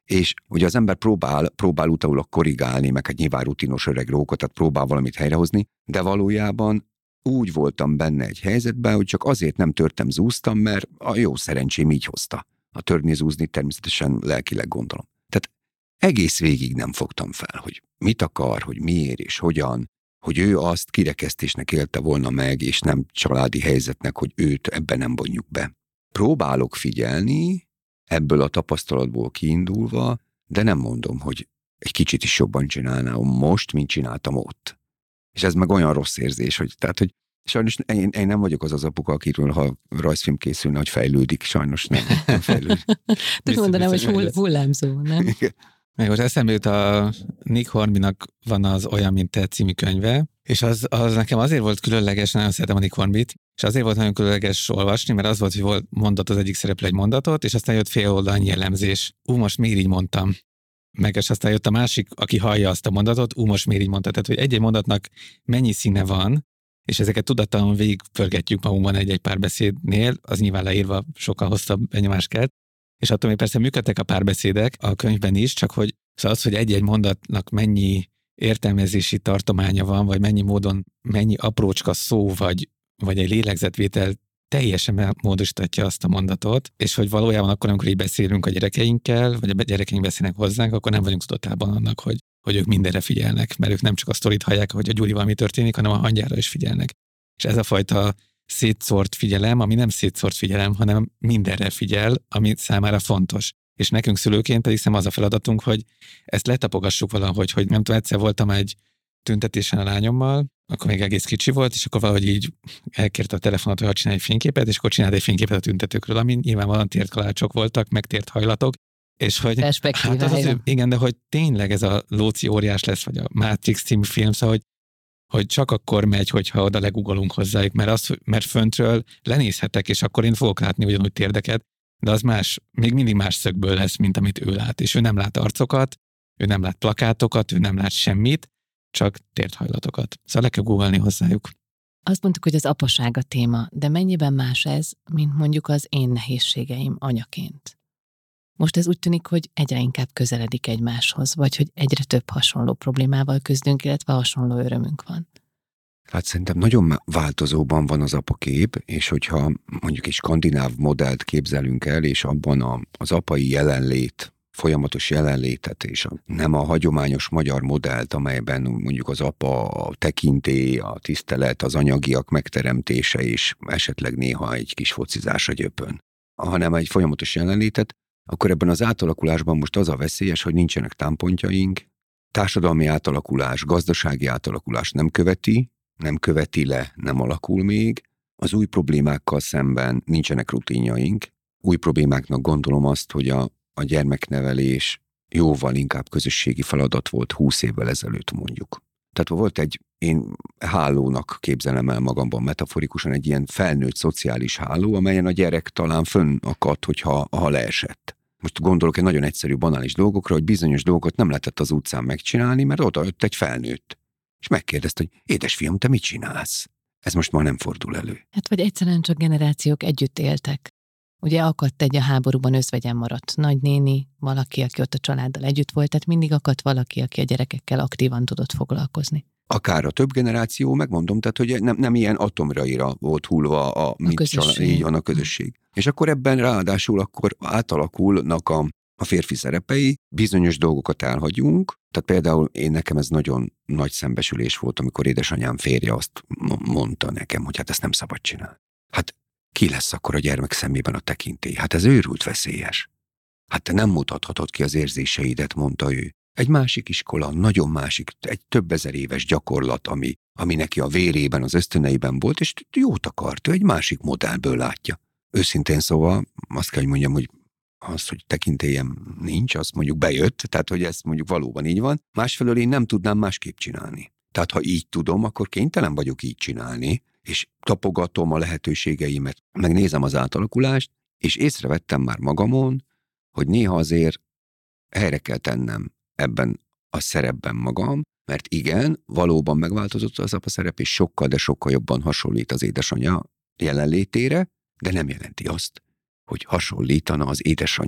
És ugye az ember próbál, próbál utólag korrigálni, meg egy nyilván rutinos öreg rókot, tehát próbál valamit helyrehozni, de valójában úgy voltam benne egy helyzetben, hogy csak azért nem törtem, zúztam, mert a jó szerencsém így hozta. A törni, zúzni természetesen lelkileg gondolom. Tehát egész végig nem fogtam fel, hogy mit akar, hogy miért és hogyan, hogy ő azt kirekesztésnek élte volna meg, és nem családi helyzetnek, hogy őt ebben nem vonjuk be. Próbálok figyelni, ebből a tapasztalatból kiindulva, de nem mondom, hogy egy kicsit is jobban csinálnám most, mint csináltam ott. És ez meg olyan rossz érzés, hogy, tehát, hogy sajnos én, én nem vagyok az az apuka, akiről, ha rajzfilm készülne, hogy fejlődik, sajnos nem, nem fejlődik. Tudod mondanám, hogy hull, hullámzó, nem? Igen. Még most eszembe jut, a Nick Hornbynak van az Olyan, mint te című könyve, és az, az nekem azért volt különleges, nagyon szeretem a Nick Hornbyt, és azért volt nagyon különleges olvasni, mert az volt, hogy volt mondat az egyik szereplő egy mondatot, és aztán jött fél oldalnyi jellemzés. Ú, most miért így mondtam? Meg és aztán jött a másik, aki hallja azt a mondatot, ú, most miért így mondta. Tehát, hogy egy-egy mondatnak mennyi színe van, és ezeket tudattalan végigpörgetjük magunkban egy-egy párbeszédnél, az nyilván leírva sokkal hosszabb benyomást kelt, és attól még persze működtek a párbeszédek a könyvben is, csak hogy szóval az, hogy egy-egy mondatnak mennyi értelmezési tartománya van, vagy mennyi módon, mennyi aprócska szó, vagy, vagy egy lélegzetvétel teljesen módosítatja azt a mondatot, és hogy valójában akkor, amikor így beszélünk a gyerekeinkkel, vagy a gyerekeink beszélnek hozzánk, akkor nem vagyunk tudatában annak, hogy, hogy ők mindenre figyelnek, mert ők nem csak a sztorit hallják, hogy a Gyurival mi történik, hanem a hangyára is figyelnek. És ez a fajta szétszórt figyelem, ami nem szétszórt figyelem, hanem mindenre figyel, ami számára fontos. És nekünk szülőként pedig szem az a feladatunk, hogy ezt letapogassuk valahogy, hogy nem tudom, egyszer voltam egy tüntetésen a lányommal, akkor még egész kicsi volt, és akkor valahogy így elkérte a telefonot, hogy csinálj egy fényképet, és akkor csinált egy fényképet a tüntetőkről, amin nyilvánvalóan tért kalácsok voltak, meg tért hajlatok, és hogy hát az az ő, igen, de hogy tényleg ez a Lóci óriás lesz, vagy a Matrix című film, szóval, hogy, hogy csak akkor megy, hogyha oda legugolunk hozzájuk, mert, az, mert föntről lenézhetek, és akkor én fogok látni ugyanúgy térdeket, de az más, még mindig más szögből lesz, mint amit ő lát, és ő nem lát arcokat, ő nem lát plakátokat, ő nem lát semmit, csak térthajlatokat. Szóval le kell googolni hozzájuk. Azt mondtuk, hogy az apaság a téma, de mennyiben más ez, mint mondjuk az én nehézségeim anyaként? Most ez úgy tűnik, hogy egyre inkább közeledik egymáshoz, vagy hogy egyre több hasonló problémával küzdünk, illetve hasonló örömünk van. Hát szerintem nagyon változóban van az apakép, és hogyha mondjuk egy skandináv modellt képzelünk el, és abban a, az apai jelenlét, folyamatos jelenlétet, és a, nem a hagyományos magyar modellt, amelyben mondjuk az apa, a tekintély, a tisztelet, az anyagiak megteremtése, és esetleg néha egy kis focizás a gyöpön, hanem egy folyamatos jelenlétet, akkor ebben az átalakulásban most az a veszélyes, hogy nincsenek támpontjaink, társadalmi átalakulás, gazdasági átalakulás nem követi, nem követi le, nem alakul még, az új problémákkal szemben nincsenek rutinjaink, új problémáknak gondolom azt, hogy a, a gyermeknevelés jóval inkább közösségi feladat volt húsz évvel ezelőtt mondjuk. Tehát volt egy, én hálónak képzelem el magamban metaforikusan, egy ilyen felnőtt szociális háló, amelyen a gyerek talán fönnakadt, hogyha ha leesett. Most gondolok egy nagyon egyszerű, banális dolgokra, hogy bizonyos dolgokat nem lehetett az utcán megcsinálni, mert oda jött egy felnőtt. És megkérdezte, hogy édesfiam, te mit csinálsz? Ez most már nem fordul elő. Hát vagy egyszerűen csak generációk együtt éltek. Ugye akadt egy a háborúban özvegyen maradt nagynéni, valaki, aki ott a családdal együtt volt, tehát mindig akadt valaki, aki a gyerekekkel aktívan tudott foglalkozni. Akár a több generáció, megmondom, tehát hogy nem, nem ilyen atomraira volt hullva a, a, a közösség. Család, így van a közösség. És akkor ebben ráadásul akkor átalakulnak a, a férfi szerepei, bizonyos dolgokat elhagyunk, tehát például én nekem ez nagyon nagy szembesülés volt, amikor édesanyám férje azt mondta nekem, hogy hát ezt nem szabad csinálni. Hát ki lesz akkor a gyermek szemében a tekintély? Hát ez őrült veszélyes. Hát te nem mutathatod ki az érzéseidet, mondta ő. Egy másik iskola, nagyon másik, egy több ezer éves gyakorlat, ami, ami neki a vérében, az ösztöneiben volt, és jót akart, ő egy másik modellből látja. Őszintén szóval azt kell, hogy mondjam, hogy az, hogy tekintélyem nincs, azt mondjuk bejött, tehát hogy ez mondjuk valóban így van. Másfelől én nem tudnám másképp csinálni. Tehát ha így tudom, akkor kénytelen vagyok így csinálni, és tapogatom a lehetőségeimet, megnézem az átalakulást, és észrevettem már magamon, hogy néha azért helyre kell tennem ebben a szerepben magam, mert igen, valóban megváltozott az apa szerep, és sokkal, de sokkal jobban hasonlít az édesanyja jelenlétére, de nem jelenti azt, hogy hasonlítana az édesanyja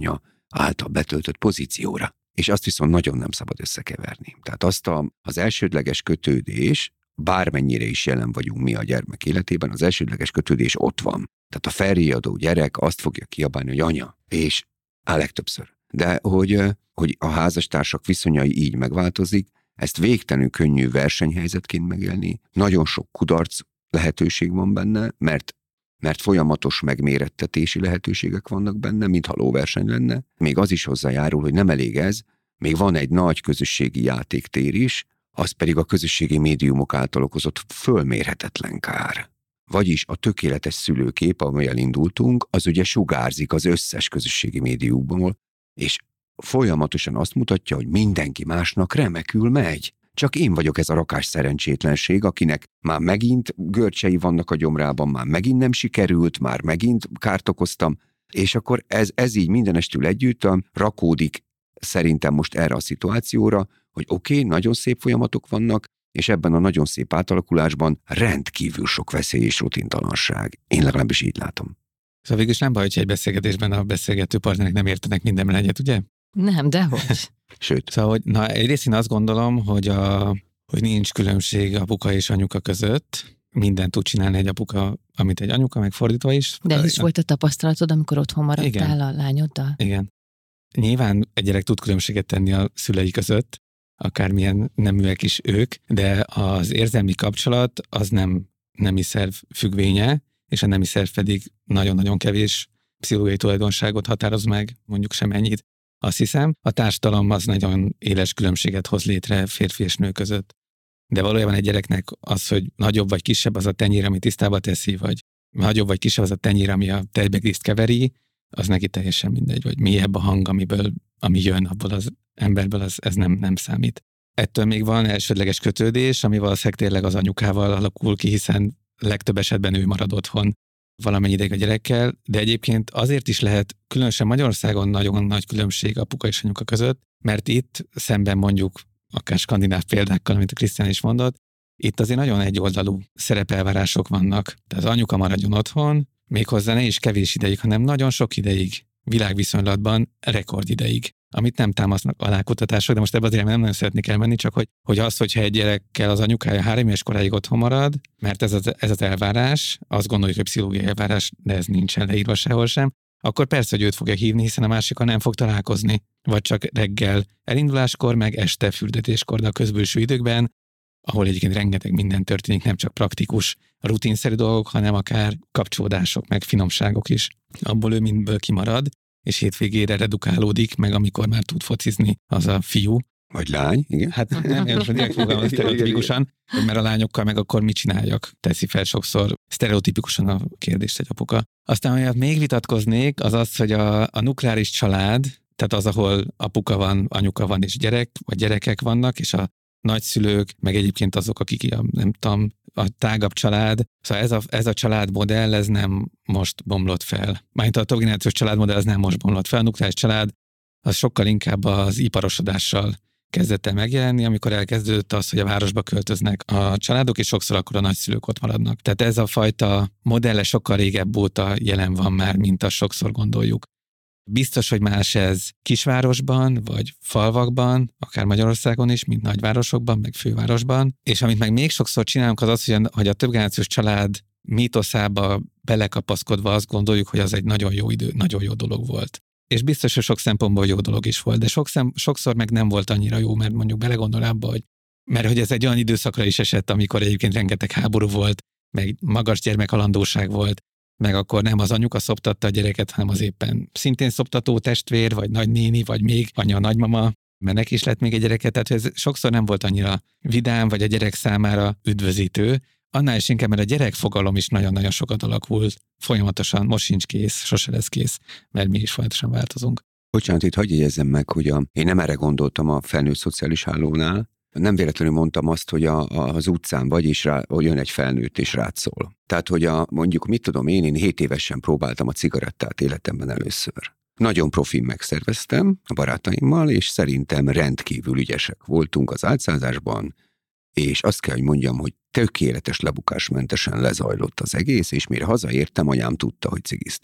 által betöltött pozícióra. És azt viszont nagyon nem szabad összekeverni. Tehát azt a, az elsődleges kötődés, bármennyire is jelen vagyunk mi a gyermek életében, az elsődleges kötődés ott van. Tehát a felriadó gyerek azt fogja kiabálni, hogy anya, és á, legtöbbször. De hogy, hogy a házastársak viszonyai így megváltozik, ezt végtelenül könnyű versenyhelyzetként megélni, nagyon sok kudarc lehetőség van benne, mert, mert folyamatos megmérettetési lehetőségek vannak benne, mintha lóverseny lenne. Még az is hozzájárul, hogy nem elég ez, még van egy nagy közösségi játéktér is, az pedig a közösségi médiumok által okozott fölmérhetetlen kár. Vagyis a tökéletes szülőkép, amellyel indultunk, az ugye sugárzik az összes közösségi médiumból, és folyamatosan azt mutatja, hogy mindenki másnak remekül megy. Csak én vagyok ez a rakás szerencsétlenség, akinek már megint görcsei vannak a gyomrában, már megint nem sikerült, már megint kárt okoztam, és akkor ez, ez így mindenestül együtt rakódik szerintem most erre a szituációra, hogy oké, okay, nagyon szép folyamatok vannak, és ebben a nagyon szép átalakulásban rendkívül sok veszély és rutintalanság. Én legalábbis így látom. Szóval végülis nem baj, hogyha egy beszélgetésben a beszélgető partnerek nem értenek mindenben egyet, ugye? Nem, dehogy. Sőt. Szóval, hogy, na egyrészt én azt gondolom, hogy, a, hogy nincs különbség apuka és anyuka között. Mindent tud csinálni egy apuka, amit egy anyuka, meg fordítva is. De ez is volt a tapasztalatod, amikor otthon maradtál Igen. a lányoddal? Igen. Nyilván egy gyerek tud különbséget tenni a szülei között, akármilyen neműek is ők, de az érzelmi kapcsolat az nem nemi szerv függvénye, és a nemi szerv pedig nagyon-nagyon kevés pszichológiai tulajdonságot határoz meg, mondjuk sem ennyit. Azt hiszem, a társadalom az nagyon éles különbséget hoz létre férfi és nő között. De valójában egy gyereknek az, hogy nagyobb vagy kisebb az a tenyér, ami tisztába teszi, vagy nagyobb vagy kisebb az a tenyér, ami a tejbegrízt keveri, az neki teljesen mindegy, vagy mélyebb a hang, amiből, ami jön abból az emberből, az, ez nem, nem számít. Ettől még van elsődleges kötődés, ami valószínűleg tényleg az anyukával alakul ki, hiszen legtöbb esetben ő marad otthon valamennyi ideig a gyerekkel, de egyébként azért is lehet különösen Magyarországon nagyon nagy különbség apuka és anyuka között, mert itt szemben mondjuk akár skandináv példákkal, amit a Krisztián is mondott, itt azért nagyon egyoldalú szerepelvárások vannak. Tehát az anyuka maradjon otthon, méghozzá ne is kevés ideig, hanem nagyon sok ideig, világviszonylatban rekord ideig, amit nem támasznak alá kutatások, de most ebben azért nem nagyon szeretnék elmenni, csak hogy, hogy az, hogyha egy gyerekkel az anyukája három éves koráig otthon marad, mert ez az, ez az elvárás, azt gondoljuk, hogy pszichológiai elvárás, de ez nincsen leírva sehol sem, akkor persze, hogy őt fogja hívni, hiszen a másikkal nem fog találkozni, vagy csak reggel elinduláskor, meg este fürdetéskor, de a közbülső időkben, ahol egyébként rengeteg minden történik, nem csak praktikus, rutinszerű dolgok, hanem akár kapcsolódások, meg finomságok is. Abból ő mindből kimarad, és hétvégére redukálódik, meg amikor már tud focizni, az a fiú. Vagy lány, igen. Hát nem, én most direkt fogalmaz sztereotipikusan, mert a lányokkal meg akkor mit csináljak, teszi fel sokszor sztereotipikusan a kérdést egy apuka. Aztán, amiatt még vitatkoznék, az az, hogy a, a nukleáris család, tehát az, ahol apuka van, anyuka van és gyerek, vagy gyerekek vannak, és a nagyszülők, meg egyébként azok, akik a, nem tudom, a tágabb család. Szóval ez a, ez a családmodell, ez nem most bomlott fel. Mármint a többgenerációs családmodell, ez nem most bomlott fel. A nukleáris család az sokkal inkább az iparosodással kezdett el megjelenni, amikor elkezdődött az, hogy a városba költöznek a családok, és sokszor akkor a nagyszülők ott maradnak. Tehát ez a fajta modelle sokkal régebb óta jelen van már, mint azt sokszor gondoljuk. Biztos, hogy más ez kisvárosban, vagy falvakban, akár Magyarországon is, mint nagyvárosokban, meg fővárosban. És amit meg még sokszor csinálunk, az az, hogy a többgenerációs család mítoszába belekapaszkodva azt gondoljuk, hogy az egy nagyon jó idő, nagyon jó dolog volt. És biztos, hogy sok szempontból jó dolog is volt, de sok szem, sokszor meg nem volt annyira jó, mert mondjuk belegondol abba, hogy mert hogy ez egy olyan időszakra is esett, amikor egyébként rengeteg háború volt, meg magas gyermekhalandóság volt, meg akkor nem az anyuka szoptatta a gyereket, hanem az éppen szintén szoptató testvér, vagy nagynéni, vagy még anya, nagymama, mert neki is lett még egy gyereket, tehát ez sokszor nem volt annyira vidám, vagy a gyerek számára üdvözítő, annál is inkább, mert a gyerekfogalom is nagyon-nagyon sokat alakult, folyamatosan, most sincs kész, sose lesz kész, mert mi is folyamatosan változunk. Bocsánat, itt hagyj jegyezzem meg, hogy a, én nem erre gondoltam a felnőtt szociális hálónál, nem véletlenül mondtam azt, hogy a, a, az utcán vagy, és rá, hogy jön egy felnőtt, és rád szól. Tehát, hogy a, mondjuk, mit tudom én, én hét évesen próbáltam a cigarettát életemben először. Nagyon profin megszerveztem a barátaimmal, és szerintem rendkívül ügyesek voltunk az álcázásban, és azt kell, hogy mondjam, hogy tökéletes lebukásmentesen lezajlott az egész, és mire hazaértem, anyám tudta, hogy cigiztem.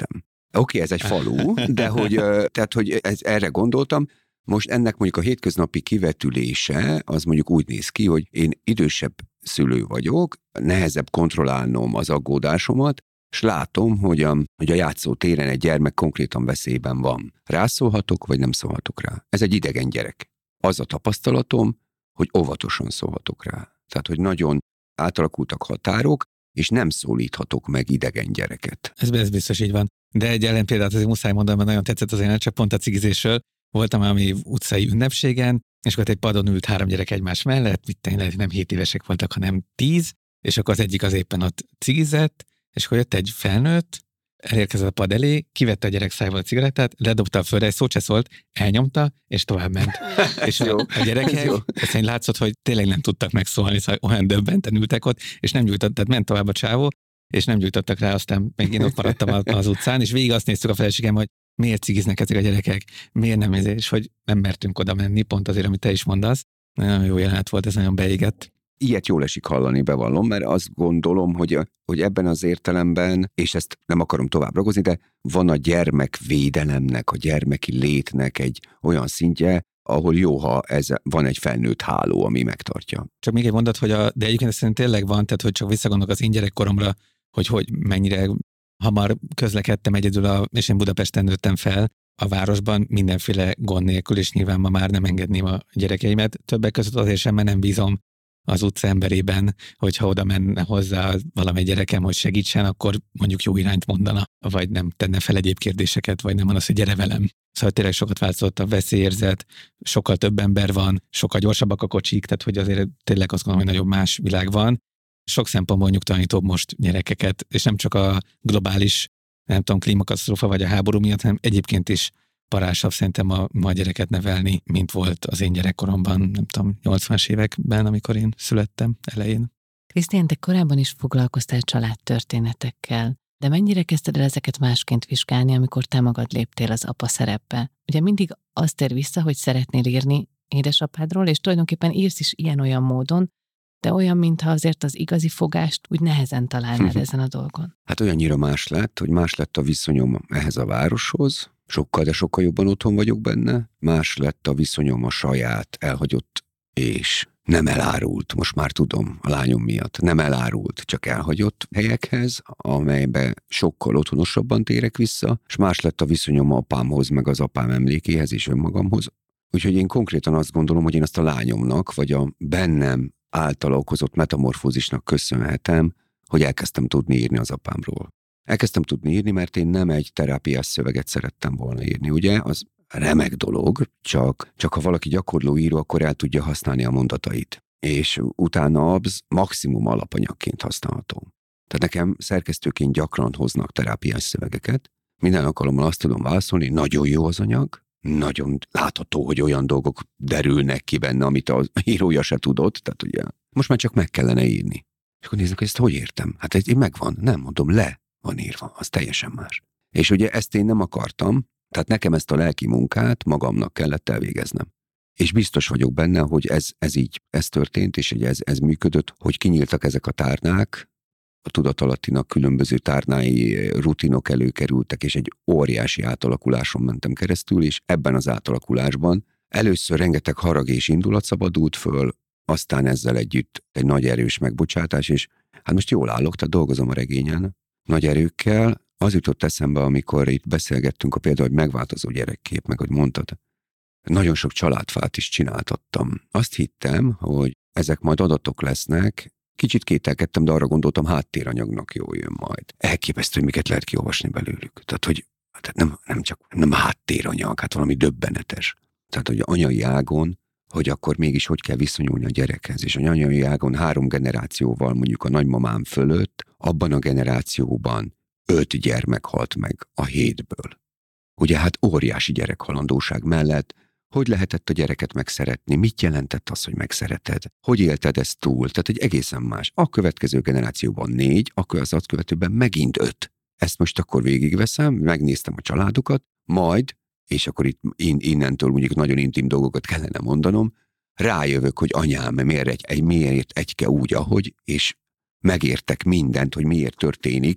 okay, ez egy falu, de hogy, tehát, hogy ez, erre gondoltam. Most ennek mondjuk a hétköznapi kivetülése, az mondjuk úgy néz ki, hogy én idősebb szülő vagyok, nehezebb kontrollálnom az aggódásomat, és látom, hogy a, hogy a játszótéren egy gyermek konkrétan veszélyben van. Rászólhatok, vagy nem szólhatok rá? Ez egy idegen gyerek. Az a tapasztalatom, hogy óvatosan szólhatok rá. Tehát, hogy nagyon átalakultak határok, és nem szólíthatok meg idegen gyereket. Ez, ez biztos így van. De egy ellenpéldát azért muszáj mondanom, mert nagyon tetszett az élet, csak pont a cigizésről. Voltam valami utcai ünnepségen, és akkor egy padon ült három gyerek egymás mellett, mit tényleg nem hét évesek voltak, hanem tíz, és akkor az egyik az éppen ott cigizett, és akkor jött egy felnőtt, elérkezett a pad elé, kivette a gyerek szájból a cigarettát, ledobta a földre, egy szót se szólt, elnyomta, és tovább ment. És a, a gyerekek, ezt én látszott, hogy tényleg nem tudtak megszólni, szóval olyan döbbenten ültek ott, és nem gyújtott, tehát ment tovább a csávó, és nem gyújtottak rá, aztán meg én ott maradtam az utcán, és végig azt néztük a feleségem, hogy miért cigiznek ezek a gyerekek, miért nem ez, és hogy nem mertünk oda menni, pont azért, amit te is mondasz. Nagyon jó jelenet volt, ez nagyon beégett. Ilyet jól esik hallani, bevallom, mert azt gondolom, hogy, hogy ebben az értelemben, és ezt nem akarom tovább ragozni, de van a gyermekvédelemnek, a gyermeki létnek egy olyan szintje, ahol jó, ha ez van egy felnőtt háló, ami megtartja. Csak még egy mondat, hogy a, de egyébként szerintem tényleg van, tehát hogy csak visszagondolok az én gyerekkoromra, hogy, hogy mennyire hamar közlekedtem egyedül, a, és én Budapesten nőttem fel, a városban mindenféle gond nélkül, és nyilván ma már nem engedném a gyerekeimet. Többek között azért sem, mert nem bízom az utca emberében, hogyha oda menne hozzá valamely gyerekem, hogy segítsen, akkor mondjuk jó irányt mondana, vagy nem tenne fel egyéb kérdéseket, vagy nem mondasz, hogy gyere velem. Szóval tényleg sokat változott a veszélyérzet, sokkal több ember van, sokkal gyorsabbak a kocsik, tehát hogy azért tényleg azt gondolom, hogy nagyobb más világ van. Sok szempontból nyugtalanítóbb most gyerekeket, és nem csak a globális, nem tudom, klímakatasztrófa vagy a háború miatt, hanem egyébként is parásabb szerintem a, a gyereket nevelni, mint volt az én gyerekkoromban, nem tudom, nyolcvanas években, amikor én születtem elején. Krisztián, te korábban is foglalkoztál családtörténetekkel, de mennyire kezdted el ezeket másként vizsgálni, amikor te magad léptél az apa szerepbe? Ugye mindig azt tér vissza, hogy szeretnél írni édesapádról, és tulajdonképpen írsz is ilyen-olyan módon, de olyan, mintha azért az igazi fogást úgy nehezen találnád ezen a dolgon. Hát olyannyira más lett, hogy más lett a viszonyom ehhez a városhoz, sokkal, de sokkal jobban otthon vagyok benne, más lett a viszonyom a saját elhagyott és nem elárult, most már tudom, a lányom miatt, nem elárult, csak elhagyott helyekhez, amelybe sokkal otthonosabban térek vissza, és más lett a viszonyom apámhoz, meg az apám emlékéhez és önmagamhoz. Úgyhogy én konkrétan azt gondolom, hogy én azt a lányomnak, vagy a bennem által okozott metamorfózisnak köszönhetem, hogy elkezdtem tudni írni az apámról. Elkezdtem tudni írni, mert én nem egy terápiás szöveget szerettem volna írni, ugye? Az remek dolog, csak, csak ha valaki gyakorló író, akkor el tudja használni a mondatait. És utána az maximum alapanyagként használható. Tehát nekem szerkesztőként gyakran hoznak terápiás szövegeket. Minden alkalommal azt tudom válaszolni, nagyon jó az anyag, nagyon látható, hogy olyan dolgok derülnek ki benne, amit az írója se tudott, tehát ugye most már csak meg kellene írni. És akkor nézzük, hogy ezt hogy értem? Hát ez megvan, nem mondom, le van írva, az teljesen más. És ugye ezt én nem akartam, tehát nekem ezt a lelki munkát magamnak kellett elvégeznem. És biztos vagyok benne, hogy ez, ez így, ez történt, és ez, ez működött, hogy kinyíltak ezek a tárnák, a tudatalattinak különböző tárnái, rutinok előkerültek, és egy óriási átalakuláson mentem keresztül, és ebben az átalakulásban először rengeteg harag és indulat szabadult föl, aztán ezzel együtt egy nagy erős megbocsátás, és hát most jól állok, tehát dolgozom a regényen, nagy erőkkel. Az jutott eszembe, amikor itt beszélgettünk a például, hogy megváltozó gyerekkép, meg hogy mondtad, nagyon sok családfát is csináltattam. Azt hittem, hogy ezek majd adatok lesznek, kicsit kételkedtem, de arra gondoltam, háttéranyagnak jól jön majd. Elképesztő, hogy miket lehet kiolvasni belőlük. Tehát, hogy tehát nem, nem csak nem háttéranyag, hát valami döbbenetes. Tehát, hogy anyai ágon, hogy akkor mégis hogy kell viszonyulni a gyerekhez. És a anyai ágon három generációval, mondjuk a nagymamám fölött, abban a generációban öt gyermek halt meg a hétből. Ugye hát óriási gyerekhalandóság mellett, hogy lehetett a gyereket megszeretni, mit jelentett az, hogy megszereted, hogy élted ezt túl, tehát egy egészen más. A következő generációban négy, akkor az azt követőben megint öt. Ezt most akkor végigveszem, megnéztem a családokat, majd, és akkor itt innentől mondjuk nagyon intim dolgokat kellene mondanom, rájövök, hogy anyám miért egy, egy, miért egyke úgy, ahogy, és megértek mindent, hogy miért történik,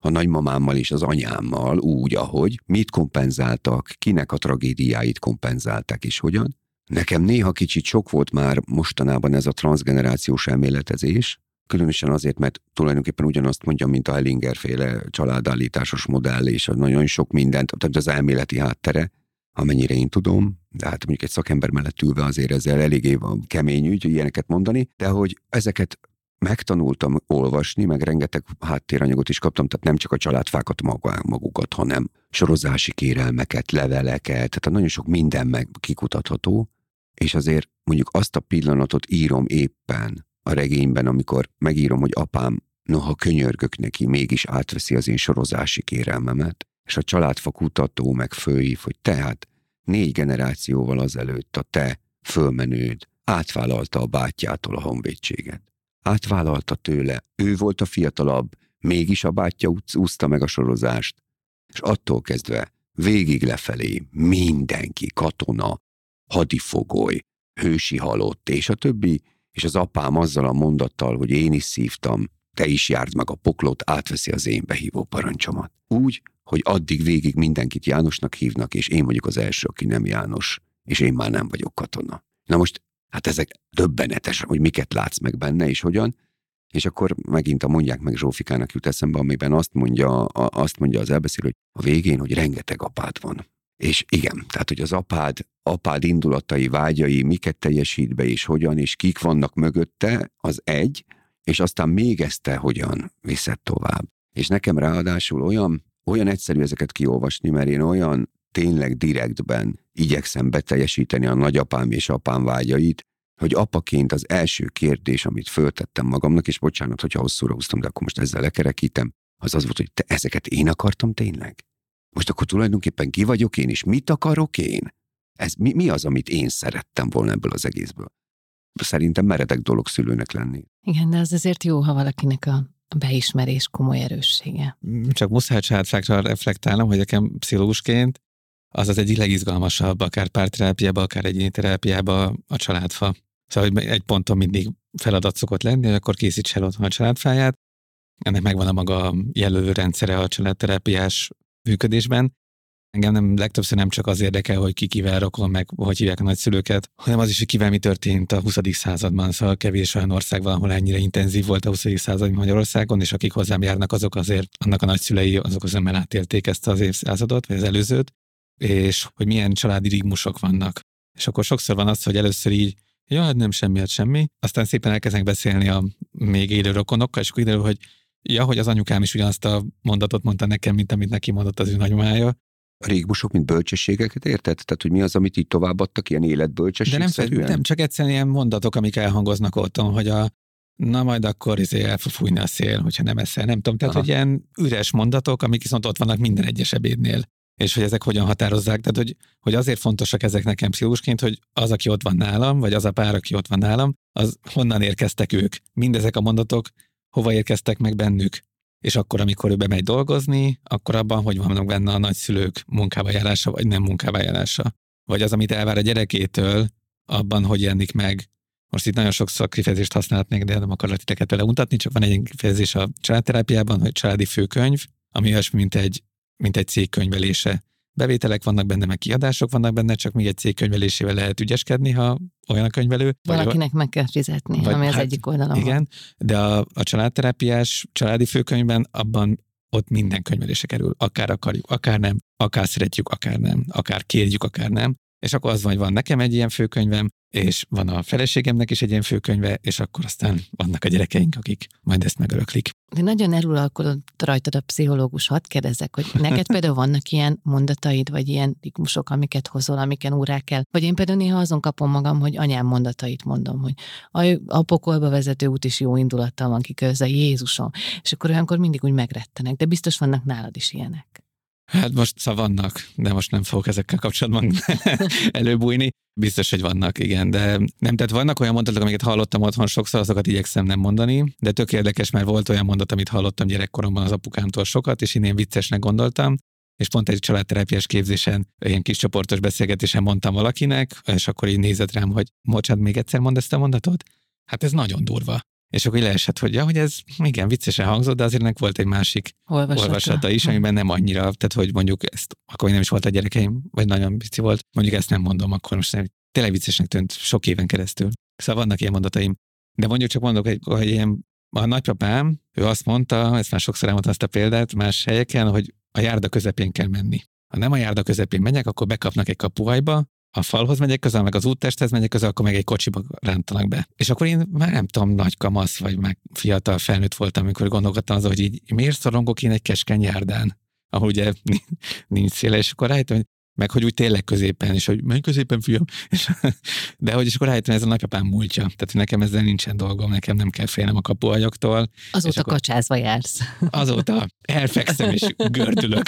a nagymamámmal és az anyámmal úgy, ahogy, mit kompenzáltak, kinek a tragédiáit kompenzálták és hogyan. Nekem néha kicsit sok volt már mostanában ez a transzgenerációs elméletezés, különösen azért, mert tulajdonképpen ugyanazt mondja, mint a Hellinger-féle családállításos modell, és nagyon sok mindent, tehát az elméleti háttere, amennyire én tudom, de hát mondjuk egy szakember mellett ülve azért ezzel eléggé kemény ügy, ilyeneket mondani, de hogy ezeket megtanultam olvasni, meg rengeteg háttéranyagot is kaptam, tehát nem csak a családfákat magukat, hanem sorozási kérelmeket, leveleket, tehát nagyon sok minden meg kikutatható, és azért mondjuk azt a pillanatot írom éppen a regényben, amikor megírom, hogy apám, noha könyörgök neki, mégis átveszi az én sorozási kérelmemet, és a családfa kutató meg fölhív, hogy tehát négy generációval azelőtt a te fölmenőd átvállalta a bátyjától a honvédséget. Átvállalta tőle, ő volt a fiatalabb, mégis a bátyja úszta meg a sorozást, és attól kezdve végig lefelé mindenki, katona, hadifogoly, hősi halott, és a többi, és az apám azzal a mondattal, hogy én is szívtam, te is járd meg a poklot, átveszi az én behívó parancsomat. Úgy, hogy addig végig mindenkit Jánosnak hívnak, és én vagyok az első, aki nem János, és én már nem vagyok katona. Na most, hát ezek döbbenetes, hogy miket látsz meg benne, és hogyan, és akkor megint a Mondják meg Zsófikának jut eszembe, amiben azt mondja, azt mondja az elbeszélő, hogy a végén, hogy rengeteg apád van. És igen, tehát, hogy az apád, apád indulatai, vágyai, miket teljesít be, és hogyan, és kik vannak mögötte, az egy, és aztán még ezt te hogyan viszed tovább. És nekem ráadásul olyan, olyan egyszerű ezeket kiolvasni, mert én olyan tényleg direktben igyekszem beteljesíteni a nagyapám és apám vágyait, hogy apaként az első kérdés, amit föltettem magamnak, és bocsánat, hogyha hosszúra húztam, de akkor most ezzel lekerekítem, az az volt, hogy te ezeket én akartam tényleg? Most akkor tulajdonképpen ki vagyok én, és mit akarok én? Ez mi, mi az, amit én szerettem volna ebből az egészből? Szerintem meredek dolog szülőnek lenni. Igen, de az azért jó, ha valakinek a beismerés komoly erőssége. Csak muszáj családfákra reflektálnom, hogy nekem pszichológusként az az egyik legizgalmasabb, akár párterápiában, akár egyéni terápiában a családfa. Szóval hogy egy ponton mindig feladat szokott lenni, hogy akkor készíts el otthon a családfáját. Ennek megvan a maga jelölő rendszere a családterápiás működésben. Engem nem, legtöbbször nem csak az érdekel, hogy ki kivel rokon, meg hogy hívják a nagyszülőket, hanem az is, hogy kivel mi történt a huszadik században. Szóval kevés olyan ország van, ahol ennyire intenzív volt a huszadik század Magyarországon, és akik hozzám járnak, azok azért, annak a nagyszülei, azok az ömmel átélték ezt az évszázadot, vagy az előzőt, és hogy milyen családi rigmusok vannak. És akkor sokszor van az, hogy először így, ja, hát nem semmi, hát semmi, aztán szépen elkezdenek beszélni a még élő rokonokkal, és akkor kiderül, hogy ja, hogy az anyukám is ugyanazt a mondatot mondta nekem, mint amit neki mondott az ő nagymamája. A régmusok, mint bölcsességeket, érted? Tehát, hogy mi az, amit így továbbadtak, ilyen életbölcsességszerűen? De nem, nem, csak egyszerűen ilyen mondatok, amik elhangoznak otthon, hogy a na majd akkor izé el fog fújni a szél, hogyha nem eszel, nem tudom. Tehát, Aha. hogy ilyen üres mondatok, amik viszont ott vannak minden egyes ebédnél. És hogy ezek hogyan határozzák. Tehát, hogy, hogy azért fontosak ezek nekem pszichológusként, hogy az, aki ott van nálam, vagy az a pár, aki ott van nálam, az honnan érkeztek ők. Mindezek a mondatok hova érkeztek meg bennük. És akkor, amikor ő bemegy dolgozni, akkor abban, hogy vannak benne a nagyszülők munkába járása, vagy nem munkába járása. Vagy az, amit elvár a gyerekétől, abban, hogy jelenik meg. Most itt nagyon sokszor kifejezést használhatnék, de nem akarok titeket vele mutatni, csak van egy kifejezés a családterápiában, hogy családi főkönyv, ami olyasmi, mint egy, mint egy cég könyvelése. Bevételek vannak benne, meg kiadások vannak benne, csak még egy cég könyvelésével lehet ügyeskedni, ha olyan a könyvelő. Valakinek meg kell fizetni, vagy, ami az hát, egyik oldalon igen, van. De a, a családterápiás családi főkönyvben abban ott minden könyvelése kerül. Akár akarjuk, akár nem, akár szeretjük, akár nem, akár kérjük, akár nem. És akkor az van, hogy van nekem egy ilyen főkönyvem, és van a feleségemnek is egy ilyen főkönyve, és akkor aztán vannak a gyerekeink, akik majd ezt megöröklik. De nagyon eluralkodott rajtad a pszichológus, hadd kérdezzek, hogy neked például vannak ilyen mondataid, vagy ilyen rigmusok, amiket hozol, amiken órá kell. Vagy én például néha azon kapom magam, hogy anyám mondatait mondom, hogy a pokolba vezető út is jó indulattal van kiközze, Jézusom. És akkor olyankor mindig úgy megrettenek, de biztos vannak nálad is ilyenek. Hát most szóval vannak, de most nem fogok ezekkel kapcsolatban előbújni. Biztos, hogy vannak, igen, de nem, tehát vannak olyan mondatok, amiket hallottam otthon sokszor, azokat igyekszem nem mondani, de tök érdekes, mert volt olyan mondat, amit hallottam gyerekkoromban az apukámtól sokat, és én ilyen viccesnek gondoltam, és pont egy családterápiás képzésen, ilyen kis csoportos beszélgetésen mondtam valakinek, és akkor így nézett rám, hogy bocsánat, még egyszer mondd ezt a mondatot? Hát ez nagyon durva. És akkor leesett, hogy, ja, hogy ez igen, viccesen hangzott, de azért ennek volt egy másik olvasata, olvasata is, amiben nem annyira, tehát hogy mondjuk ezt, akkor nem is volt a gyerekeim, vagy nagyon pici volt, mondjuk ezt nem mondom, akkor most nem, tényleg viccesnek tűnt sok éven keresztül. Szóval vannak ilyen mondataim. De mondjuk csak mondok, hogy, hogy ilyen, a nagypapám, ő azt mondta, ezt már sokszor elmondta azt a példát más helyeken, hogy a járda közepén kell menni. Ha nem a járda közepén megyek, akkor bekapnak egy kapuajba, a falhoz megyek közel, meg az úttesthez megyek közel, akkor meg egy kocsiba rántanak be. És akkor én már nem tudom, nagy kamasz, vagy meg fiatal felnőtt voltam, amikor gondolkodtam azon, hogy így miért szorongok én egy keskeny járdán, ahol ugye nincs széle, és akkor rájöttem, hogy meg hogy úgy tényleg középen, és hogy menj középen, fiam. De hogy is akkor rájöttem, ez a nagypapám múltja. Tehát nekem ezzel nincsen dolgom, nekem nem kell félnem a kapuagyoktól. Azóta akkor kacsázva jársz. Azóta elfekszem és gördülök.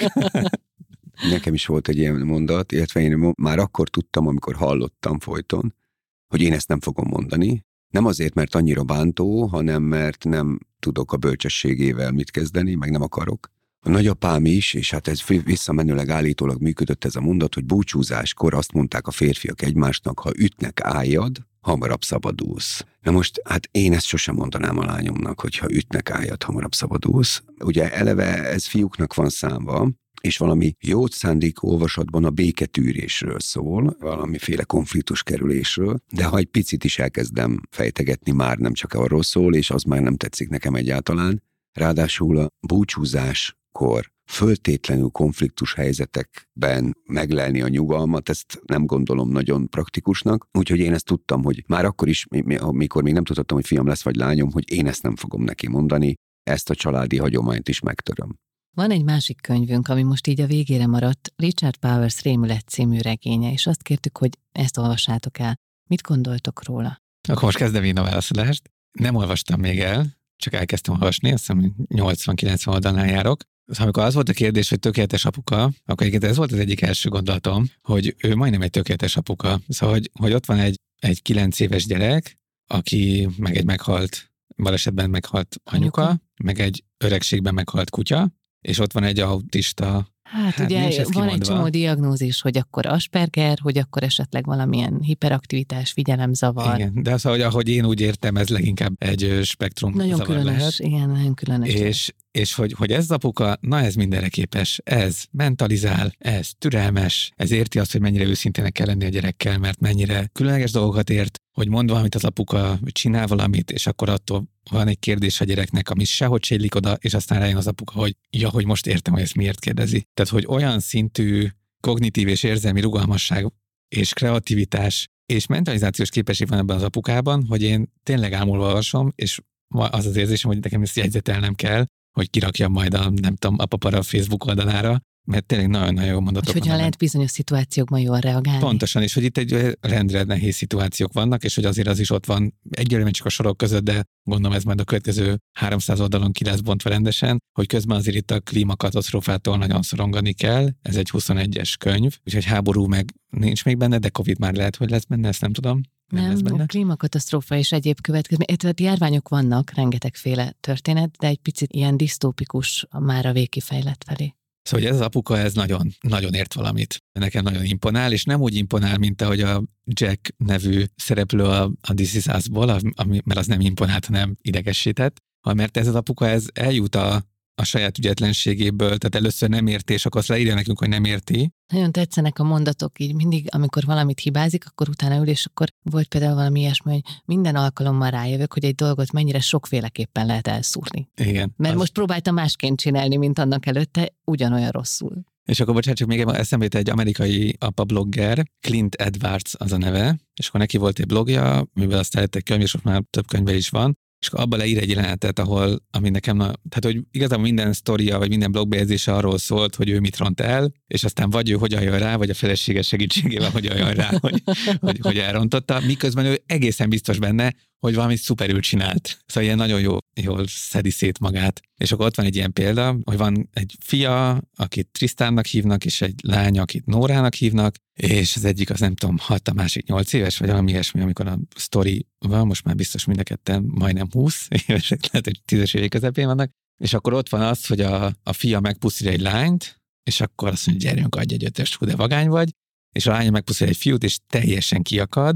Nekem is volt egy ilyen mondat, illetve én már akkor tudtam, amikor hallottam folyton, hogy én ezt nem fogom mondani. Nem azért, mert annyira bántó, hanem mert nem tudok a bölcsességével mit kezdeni, meg nem akarok. A nagyapám is, és hát ez visszamenőleg állítólag működött ez a mondat, hogy búcsúzáskor azt mondták a férfiak egymásnak, ha ütnek álljad, hamarabb szabadulsz. Na most, hát én ezt sosem mondanám a lányomnak, hogy ha ütnek álljad, hamarabb szabadulsz. Ugye eleve ez fiúknak van számva, és valami jót szándék olvasatban a béketűrésről szól, valamiféle konfliktus kerülésről, de ha egy picit is elkezdem fejtegetni, már nem csak arról szól, és az már nem tetszik nekem egyáltalán. Ráadásul a búcsúzáskor föltétlenül konfliktus helyzetekben meglelni a nyugalmat, ezt nem gondolom nagyon praktikusnak, úgyhogy én ezt tudtam, hogy már akkor is, mikor még nem tudhattam, hogy fiam lesz vagy lányom, hogy én ezt nem fogom neki mondani, ezt a családi hagyományt is megtöröm. Van egy másik könyvünk, ami most így a végére maradt, Richard Powers Rémület című regénye, és azt kértük, hogy ezt olvassátok el. Mit gondoltok róla? Akkor most kezdem én a válaszolást. Nem olvastam még el, csak elkezdtem olvasni, azt hiszem nyolcvan-kilencven oldalnál járok. Amikor az volt a kérdés, hogy tökéletes apuka, akkor egyébként ez volt az egyik első gondolatom, hogy ő majdnem egy tökéletes apuka. Szóval, hogy, hogy ott van egy, egy kilenc éves gyerek, aki meg egy meghalt, balesetben meghalt anyuka, anyuka, meg egy öregségben meghalt kutya, és ott van egy autista. Hát, hát ugye van kimondva. Egy csomó diagnózis, hogy akkor Asperger, hogy akkor esetleg valamilyen hiperaktivitás, figyelemzavar. Igen, de az, hogy ahogy én úgy értem, ez leginkább egy spektrum nagyon zavar különös, lehet. Igen, nagyon különös. És, és hogy, hogy ez apuka, na ez mindenre képes, ez mentalizál, ez türelmes, ez érti azt, hogy mennyire őszintének kell lenni a gyerekkel, mert mennyire különleges dolgokat ért, hogy mond valamit az apuka, csinál valamit, és akkor attól van egy kérdés a gyereknek, ami sehogy se illik oda, és aztán rájön az apuka, hogy ja, hogy most értem, hogy ezt miért kérdezi. Tehát, hogy olyan szintű kognitív és érzelmi rugalmasság és kreativitás és mentalizációs képesség van ebben az apukában, hogy én tényleg ámulva olvasom, és az az érzésem, hogy nekem ezt jegyzetelnem kell, hogy kirakjam majd a, nem tudom, a papara a Facebook oldalára, mert tényleg nagyon-nagyon jó mondatok. Hogy hogyan lehet bizonyos szituációkban jól reagálni. Pontosan, és hogy itt egy rendre nehéz szituációk vannak, és hogy azért az is ott van egyelőre csak a sorok között, de gondolom ez majd a következő háromszáz oldalon ki lesz bontva rendesen, hogy közben azért itt a klímakatasztrófától nagyon szorongani kell. Ez egy huszonegyes könyv, úgyhogy háború meg nincs még benne, de Covid már lehet, hogy lesz benne, ezt nem tudom. Nem, nem lesz benne. Klímakatasztrófa és egyéb következmények. Tehát járványok vannak, rengetegféle történet, de egy picit ilyen disztópikus már a végkifejlett felé. Szóval ez az apuka, ez nagyon, nagyon ért valamit. Nekem nagyon imponál, és nem úgy imponál, mint ahogy a Jack nevű szereplő a, a This Is Us-ból, ami, mert az nem imponált, hanem idegesített, hanem mert ez az apuka, ez eljut a, a saját ügyetlenségéből, tehát először nem érti, és akkor azt leírja nekünk, hogy nem érti. Nagyon tetszenek a mondatok, így mindig, amikor valamit hibázik, akkor utána ül, és akkor volt például valami ilyesmi, hogy minden alkalommal rájövök, hogy egy dolgot mennyire sokféleképpen lehet elszúrni. Igen. Mert az... most próbáltam másként csinálni, mint annak előtte, ugyanolyan rosszul. És akkor bocsánat, csak még eszembe jut egy amerikai apa blogger, Clint Edwards az a neve, és akkor neki volt egy blogja, mivel aztán lett egy könyv, és most már több könyve is van, és akkor abba leír egy jelenetet, ahol, ami nekem, na, tehát hogy igazából minden sztoria, vagy minden blogbejegyzése arról szólt, hogy ő mit ront el, és aztán vagy ő hogyan jön rá, vagy a felesége segítségével hogyan jön rá, hogy, hogy, hogy elrontotta, miközben ő egészen biztos benne, hogy valami szuperül csinált. Szóval ilyen nagyon jó, jól szedi szét magát. És akkor ott van egy ilyen példa, hogy van egy fia, akit Trisztánnak hívnak, és egy lány, akit Nórának hívnak, és az egyik az nem tudom, hat, a másik nyolc éves, vagy valami ilyesmi, amikor a sztori van, most már biztos mind a ketten majdnem húsz évesek, lehet, hogy tízes évek közepén vannak, és akkor ott van az, hogy a, a fia megpuszil egy lányt, és akkor azt mondja, gyerünk, adj egy ötöst, hú, de vagány vagy, és a lánya megpuszil egy fiút, és teljesen kiakad,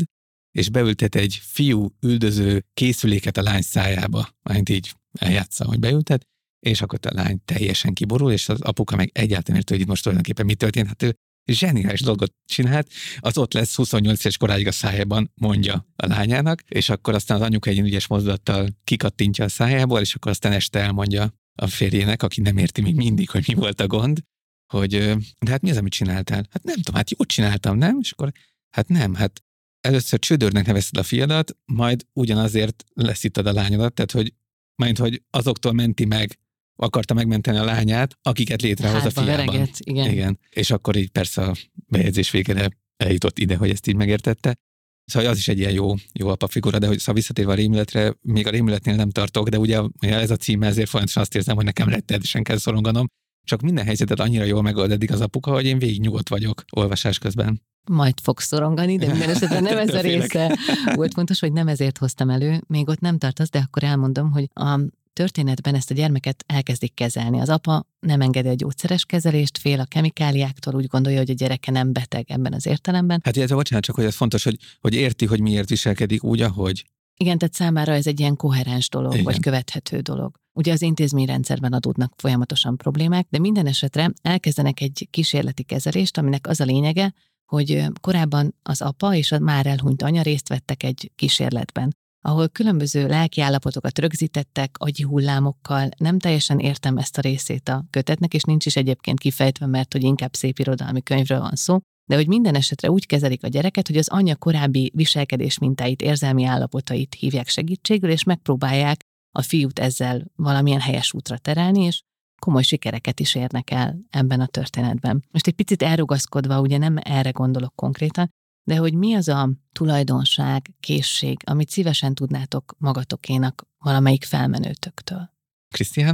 és beültet egy fiú üldöző készüléket a lány szájába, majd így eljátsza, hogy beültet, és akkor a lány teljesen kiborul, és az apuka meg egyáltalán értő, hogy itt most tulajdonképpen mi történt. Hát ő zseniális dolgot csinált, az ott lesz huszonnyolc éves koráig a szájában, mondja a lányának, és akkor aztán az anyuka egy ügyes mozdulattal kikattintja a szájából, és akkor aztán este elmondja a férjének, aki nem érti még mindig, hogy mi volt a gond, hogy de hát mi az, amit csináltál? Hát nem tudom, hát jót csináltam, nem? És akkor hát nem, hát először csődörnek nevezted a fiadat, majd ugyanazért leszíted a lányodat, tehát hogy majd, hogy azoktól menti meg, akarta megmenteni a lányát, akiket létrehoz Hátba a fiában. Vereget, igen. igen. És akkor így persze a bejegyzés végére eljutott ide, hogy ezt így megértette. Szóval az is egy ilyen jó, jó apa figura, de hogy szóval visszatérve a rémületre, még a rémületnél nem tartok, de ugye ez a címe, ezért folyamatosan azt érzem, hogy nekem rettenetesen kell szoronganom. Csak minden helyzetet annyira jól megold eddig az apuka, hogy én végig nyugodt vagyok olvasás közben. Majd fogsz szorongani, de minden esetben nem ez a része. Volt fontos, hogy nem ezért hoztam elő, még ott nem tartasz, de akkor elmondom, hogy a történetben ezt a gyermeket elkezdik kezelni. Az apa nem engedi a gyógyszeres kezelést, fél a kemikáliáktól, úgy gondolja, hogy a gyereke nem beteg ebben az értelemben. Hát illetve bocsánat, csak hogy ez fontos, hogy, hogy érti, hogy miért viselkedik úgy, ahogy. Igen, tehát számára ez egy ilyen koherens dolog, Igen. vagy követhető dolog. Ugye az intézményrendszerben adódnak folyamatosan problémák, de minden esetre elkezdenek egy kísérleti kezelést, aminek az a lényege, hogy korábban az apa és a már elhunyt anya részt vettek egy kísérletben, ahol különböző lelkiállapotokat rögzítettek agyi hullámokkal. Nem teljesen értem ezt a részét a kötetnek, és nincs is egyébként kifejtve, mert hogy inkább szép irodalmi könyvről van szó, de hogy minden esetre úgy kezelik a gyereket, hogy az anya korábbi viselkedés mintáit, érzelmi állapotait hívják segítségül, és megpróbálják a fiút ezzel valamilyen helyes útra terelni, és komoly sikereket is érnek el ebben a történetben. Most egy picit elrugaszkodva, ugye nem erre gondolok konkrétan, de hogy mi az a tulajdonság, készség, amit szívesen tudnátok magatokénak valamelyik felmenőtöktől? Krisztián?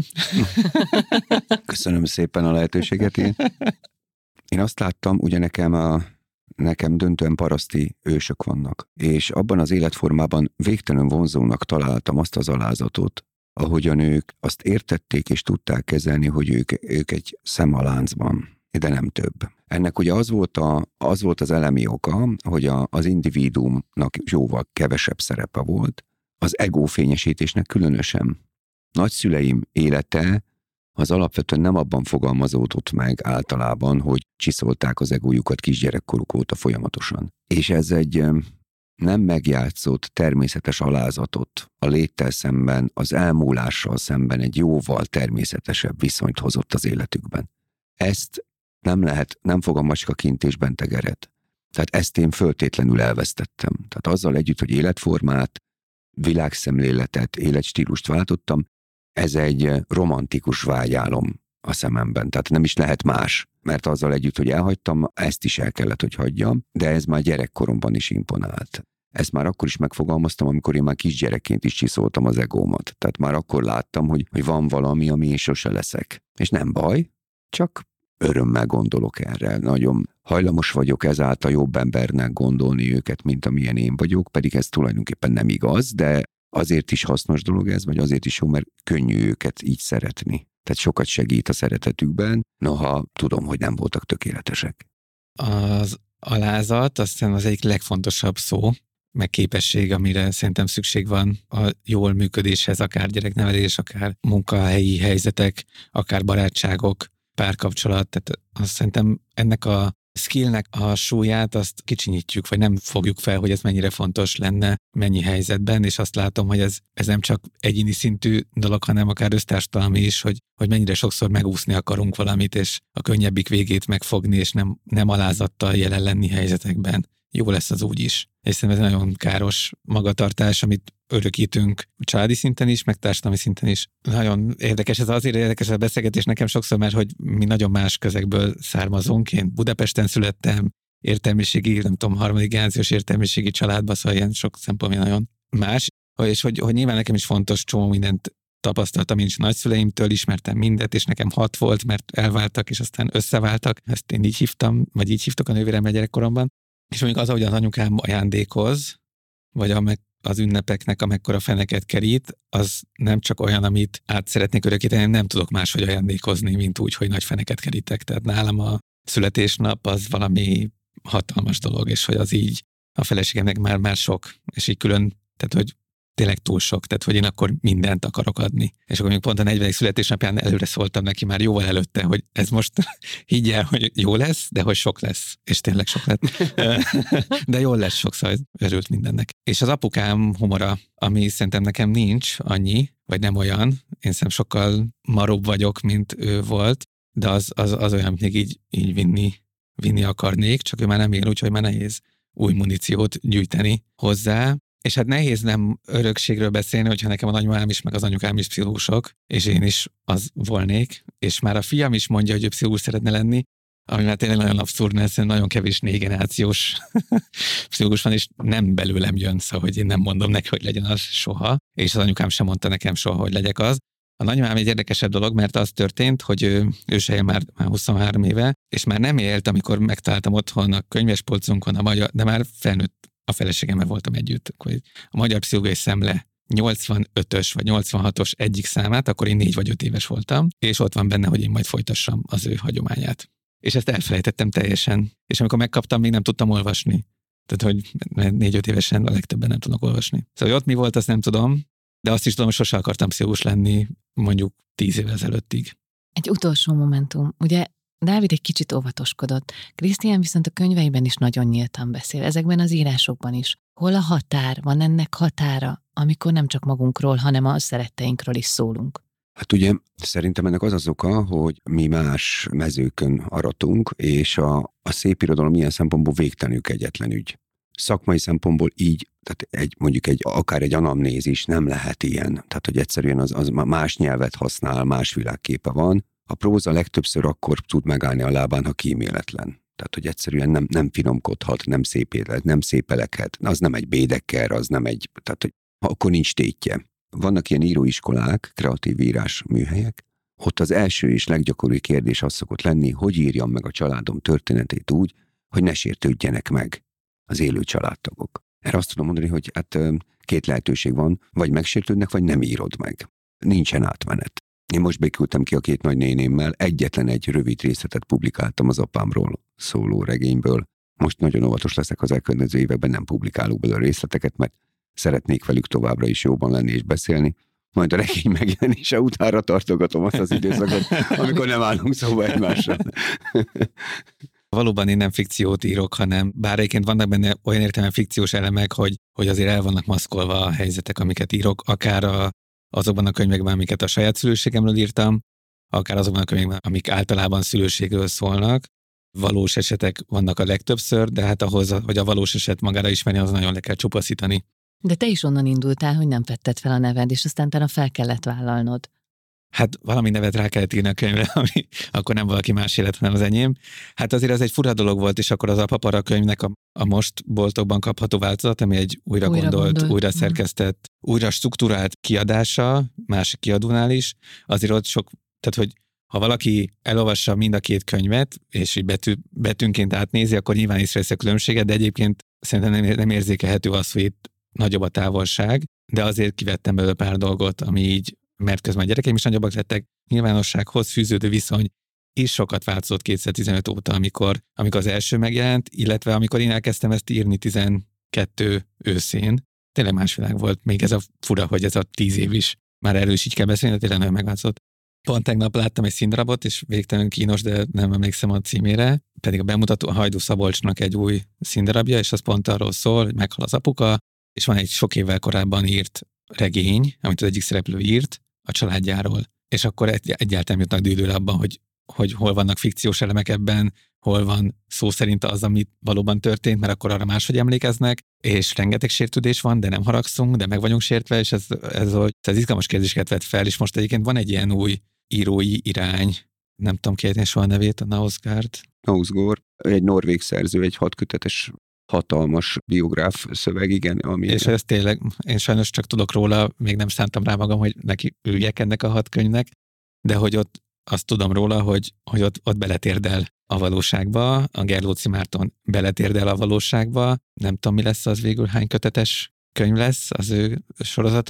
Köszönöm szépen a lehetőséget. Én, én azt láttam, ugye nekem, a, nekem döntően paraszti ősök vannak, és abban az életformában végtelenül vonzónak találtam azt az alázatot, ahogyan ők azt értették és tudták kezelni, hogy ők, ők egy szem a láncban, de nem több. Ennek ugye az volt, a, az, volt az elemi oka, hogy a, az individuumnak jóval kevesebb szerepe volt, az egófényesítésnek különösen. Nagyszüleim élete az alapvetően nem abban fogalmazódott meg általában, hogy csiszolták az egójukat kisgyerekkoruk óta folyamatosan. És ez egy nem megjátszott természetes alázatot a léttel szemben, az elmúlással szemben egy jóval természetesebb viszonyt hozott az életükben. Ezt nem lehet, nem fog a macska kint és bent egeret. Tehát ezt én föltétlenül elvesztettem. Tehát azzal együtt, hogy életformát, világszemléletet, életstílust váltottam, ez egy romantikus vágyálom a szememben. Tehát nem is lehet más, mert azzal együtt, hogy elhagytam, ezt is el kellett, hogy hagyjam, de ez már gyerekkoromban is imponált. Ezt már akkor is megfogalmaztam, amikor én már kisgyerekként is csiszoltam az egómat. Tehát már akkor láttam, hogy, hogy van valami, ami én sose leszek. És nem baj, csak örömmel gondolok erre. Nagyon hajlamos vagyok ezáltal jobb embernek gondolni őket, mint amilyen én vagyok, pedig ez tulajdonképpen nem igaz, de azért is hasznos dolog ez, vagy azért is jó, mert könnyű őket így szeretni. Tehát sokat segít a szeretetükben, noha tudom, hogy nem voltak tökéletesek. Az alázat aztán az egyik legfontosabb szó, meg képesség, amire szerintem szükség van a jól működéshez, akár gyereknevelés, akár munkahelyi helyzetek, akár barátságok, párkapcsolat. Tehát azt szerintem ennek a skillnek a súlyát azt kicsinyítjük, vagy nem fogjuk fel, hogy ez mennyire fontos lenne, mennyi helyzetben, és azt látom, hogy ez, ez nem csak egyéni szintű dolog, hanem akár össztársadalmi is, hogy, hogy mennyire sokszor megúszni akarunk valamit, és a könnyebbik végét megfogni, és nem, nem alázattal jelen lenni helyzetekben. Jó lesz az úgy is. És szerintem ez nagyon káros magatartás, amit örökítünk családi szinten is, meg társadalmi szinten is. Nagyon érdekes, ez azért érdekes a beszélgetés nekem sokszor, mert hogy mi nagyon más közegből származunk. Én Budapesten születtem, értelmiségi, nem tudom, harmadik generációs értelmiségi családba, szóval ilyen sok szempontból nagyon más. És hogy, hogy nyilván nekem is fontos csomó mindent tapasztaltam, én is nagyszüleimtől ismertem mindet, és nekem hat volt, mert elváltak, és aztán összeváltak. Ezt én így hívtam, vagy így hívtak a nővéremre gyerekkoromban. És mondjuk az, ahogy az anyukám ajándékoz, vagy amek az ünnepeknek, amekkora feneket kerít, az nem csak olyan, amit át szeretnék örökíteni, nem tudok máshogy ajándékozni, mint úgy, hogy nagy feneket kerítek. Tehát nálam a születésnap az valami hatalmas dolog, és hogy az így a feleségemnek már, már sok, és így külön, tehát hogy tényleg túl sok, tehát hogy én akkor mindent akarok adni. És akkor még pont a negyvenedik születésnapján előre szóltam neki már jóval előtte, hogy ez most higgy el, hogy jó lesz, de hogy sok lesz. És tényleg sok lett. De jól lesz sokszor, örült mindennek. És az apukám humora, ami szerintem nekem nincs annyi, vagy nem olyan, én szerintem sokkal maróbb vagyok, mint ő volt, de az, az, az olyan, még így, így vinni, vinni akarnék, csak ő már nem él, úgyhogy már nehéz új muníciót gyűjteni hozzá. És hát nehéz nem örökségről beszélni, hogyha nekem a nagymamám is, meg az anyukám is pszichológusok, és én is az volnék, és már a fiam is mondja, hogy ő pszichológus szeretne lenni, ami már tényleg nagyon abszurd, mert nagyon kevés négy generációs pszichológus van, és nem belőlem jön, szóval hogy én nem mondom neki, hogy legyen az soha, és az anyukám sem mondta nekem soha, hogy legyek az. A nagymamám egy érdekesebb dolog, mert az történt, hogy ő, ő se él már, már huszonhárom éve, és már nem élt, amikor megtaláltam otthon a könyvespolcunkon a magyar, de már felnőtt a feleségemmel voltam együtt, hogy a Magyar Pszichológiai Szemle nyolcvanötös vagy nyolcvanhatos egyik számát, akkor én négy vagy öt éves voltam, és ott van benne, hogy én majd folytassam az ő hagyományát. És ezt elfelejtettem teljesen. És amikor megkaptam, még nem tudtam olvasni. Tehát, hogy négy-öt évesen a legtöbben nem tudnak olvasni. Szóval, hogy ott mi volt, azt nem tudom, de azt is tudom, hogy sose akartam pszichológus lenni mondjuk tíz évvel ezelőttig. Egy utolsó momentum. Ugye Dávid egy kicsit óvatoskodott. Krisztián viszont a könyveiben is nagyon nyíltan beszél, ezekben az írásokban is. Hol a határ? Van ennek határa, amikor nem csak magunkról, hanem a szeretteinkről is szólunk? Hát ugye szerintem ennek az az oka, hogy mi más mezőkön aratunk, és a, a szép irodalom ilyen szempontból végtelenül kegyetlen ügy. Szakmai szempontból így, tehát egy, mondjuk egy, akár egy anamnézis nem lehet ilyen. Tehát, hogy egyszerűen az, az más nyelvet használ, más világképe van. A próza legtöbbször akkor tud megállni a lábán, ha kíméletlen. Tehát, hogy egyszerűen nem, nem finomkodhat, nem szépélet, nem szépelekhet. Az nem egy Bédekker, az nem egy, tehát, hogy akkor nincs tétje. Vannak ilyen íróiskolák, kreatív írás műhelyek, ott az első és leggyakoribb kérdés az szokott lenni, hogy írjam meg a családom történetét úgy, hogy ne sértődjenek meg az élő családtagok. Erre azt tudom mondani, hogy hát két lehetőség van, vagy megsértődnek, vagy nem írod meg. Nincsen átmenet. Én most beküldtem ki a két nagynénémmel, egyetlen egy rövid részletet publikáltam az apámról szóló regényből. Most nagyon óvatos leszek, az elkövetkező években nem publikálok belőle részleteket, mert szeretnék velük továbbra is jóban lenni és beszélni. Majd a regény megjelenése utánra tartogatom azt az időszakot, amikor nem állunk szóba egymással. Valóban én nem fikciót írok, hanem bár egyébként vannak benne olyan értelemben fikciós elemek, hogy, hogy azért el vannak maszkolva a helyzetek, amiket írok, akár a, azokban a könyvekben, amiket a saját szülőségemről írtam, akár azokban a könyvekben, amik általában szülőségről szólnak. Valós esetek vannak a legtöbbször, de hát ahhoz, hogy a valós eset magára ismerni, az nagyon le kell csupaszítani. De te is onnan indultál, hogy nem vetted fel a neved, és aztán talán fel kellett vállalnod. Hát valami nevet rá kellett írni a könyvre, ami akkor nem valaki más élet, hanem az enyém. Hát azért ez egy fura dolog volt, és akkor az Apapara könyvnek a, a most boltokban kapható változat, ami egy újra, újra gondolt, gondolt, újra szerkesztett, mm. újra struktúrált kiadása, másik kiadónál is, azért ott sok, tehát hogy ha valaki elolvassa mind a két könyvet, és így betű, betűnként átnézi, akkor nyilván észreveszi a különbséget, de egyébként szerintem nem, nem érzékelhető az, hogy itt nagyobb a távolság, de azért kivettem belőle pár dolgot, ami így, mert közben a gyerekeim is nagyobbak lettek, nyilvánossághoz fűződő viszony is sokat változott kétezer-tizenöt óta, amikor, amikor az első megjelent, illetve amikor én elkezdtem ezt írni tizenkettő őszén. Tényleg más világ volt, még ez a fura, hogy ez a tíz év is már erről is így kell beszélni, de tényleg nagyon megváltozott. Pont tegnap láttam egy színdarabot, és végtelenül kínos, de nem emlékszem a címére, pedig a bemutató a Hajdú Szabolcsnak egy új színdarabja, és az pont arról szól, hogy meghal az apuka, és van egy sok évvel korábban írt regény, amit az egyik szereplő írt a családjáról, és akkor egy, egyáltalán jutnak dűlőre abban, hogy, hogy hol vannak fikciós elemek ebben, hol van szó szerint az, ami valóban történt, mert akkor arra máshogy emlékeznek, és rengeteg sértődés van, de nem haragszunk, de meg vagyunk sértve, és ez, ez, ez, ez izgalmas kérdéseket vett fel, és most egyébként van egy ilyen új írói irány, nem tudom kiejteni soha a nevét, a Knausgaard. Knausgaard, egy norvég szerző, egy hatkötetes hatalmas biográf szöveg, igen. Ami és ez tényleg, én sajnos csak tudok róla, még nem szántam rá magam, hogy neki üljek ennek a hat könyvnek, de hogy ott azt tudom róla, hogy, hogy ott, ott beletérdel a valóságba, a Gerlóci Márton beletérdel a valóságba, nem tudom, mi lesz az végül, hány kötetes könyv lesz az ő sorozata,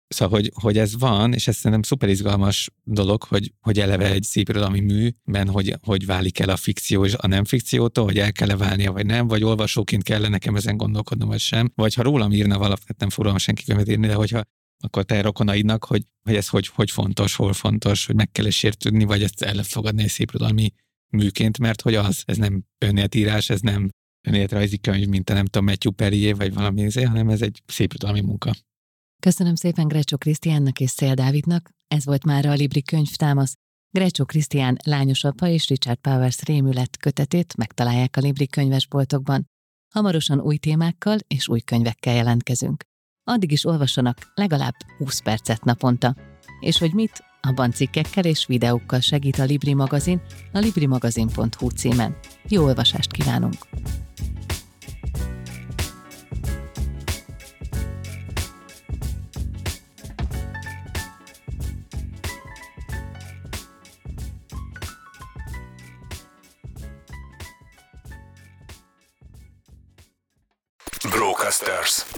Szóval, hogy, hogy ez van, és ez szerintem szuper izgalmas dolog, hogy, hogy eleve egy szépirodalmi műben, hogy, hogy válik el a fikció és a nem fikciótól, hogy el kell-e válnia, vagy nem, vagy olvasóként kell nekem ezen gondolkodnom, vagy sem. Vagy ha rólam írna valakit, nem fog rólam senki könyvet írni, de hogyha akkor te rokonaidnak, hogy, hogy ez hogy, hogy fontos, hol fontos, hogy meg kell sértődni, vagy ezt el lehet fogadni egy szépirodalmi műként, mert hogy az, ez nem önéletírás, ez nem önéletrajzi könyv, mint a nem tudom, Matthew Perrier, vagy valami izé, hanem ez egy szépirodalmi munka. Köszönöm szépen Grecso Krisztiánnak és Szél Dávidnak, ez volt már a Libri könyvtámasz. Grecso Krisztián Lányos apa és Richard Powers Rémület kötetét megtalálják a Libri könyvesboltokban. Hamarosan új témákkal és új könyvekkel jelentkezünk. Addig is olvassanak legalább húsz percet naponta. És hogy mit? Abban cikkekkel és videókkal segít a Libri magazin a librimagazin pont hu címen. Jó olvasást kívánunk! Brocasters.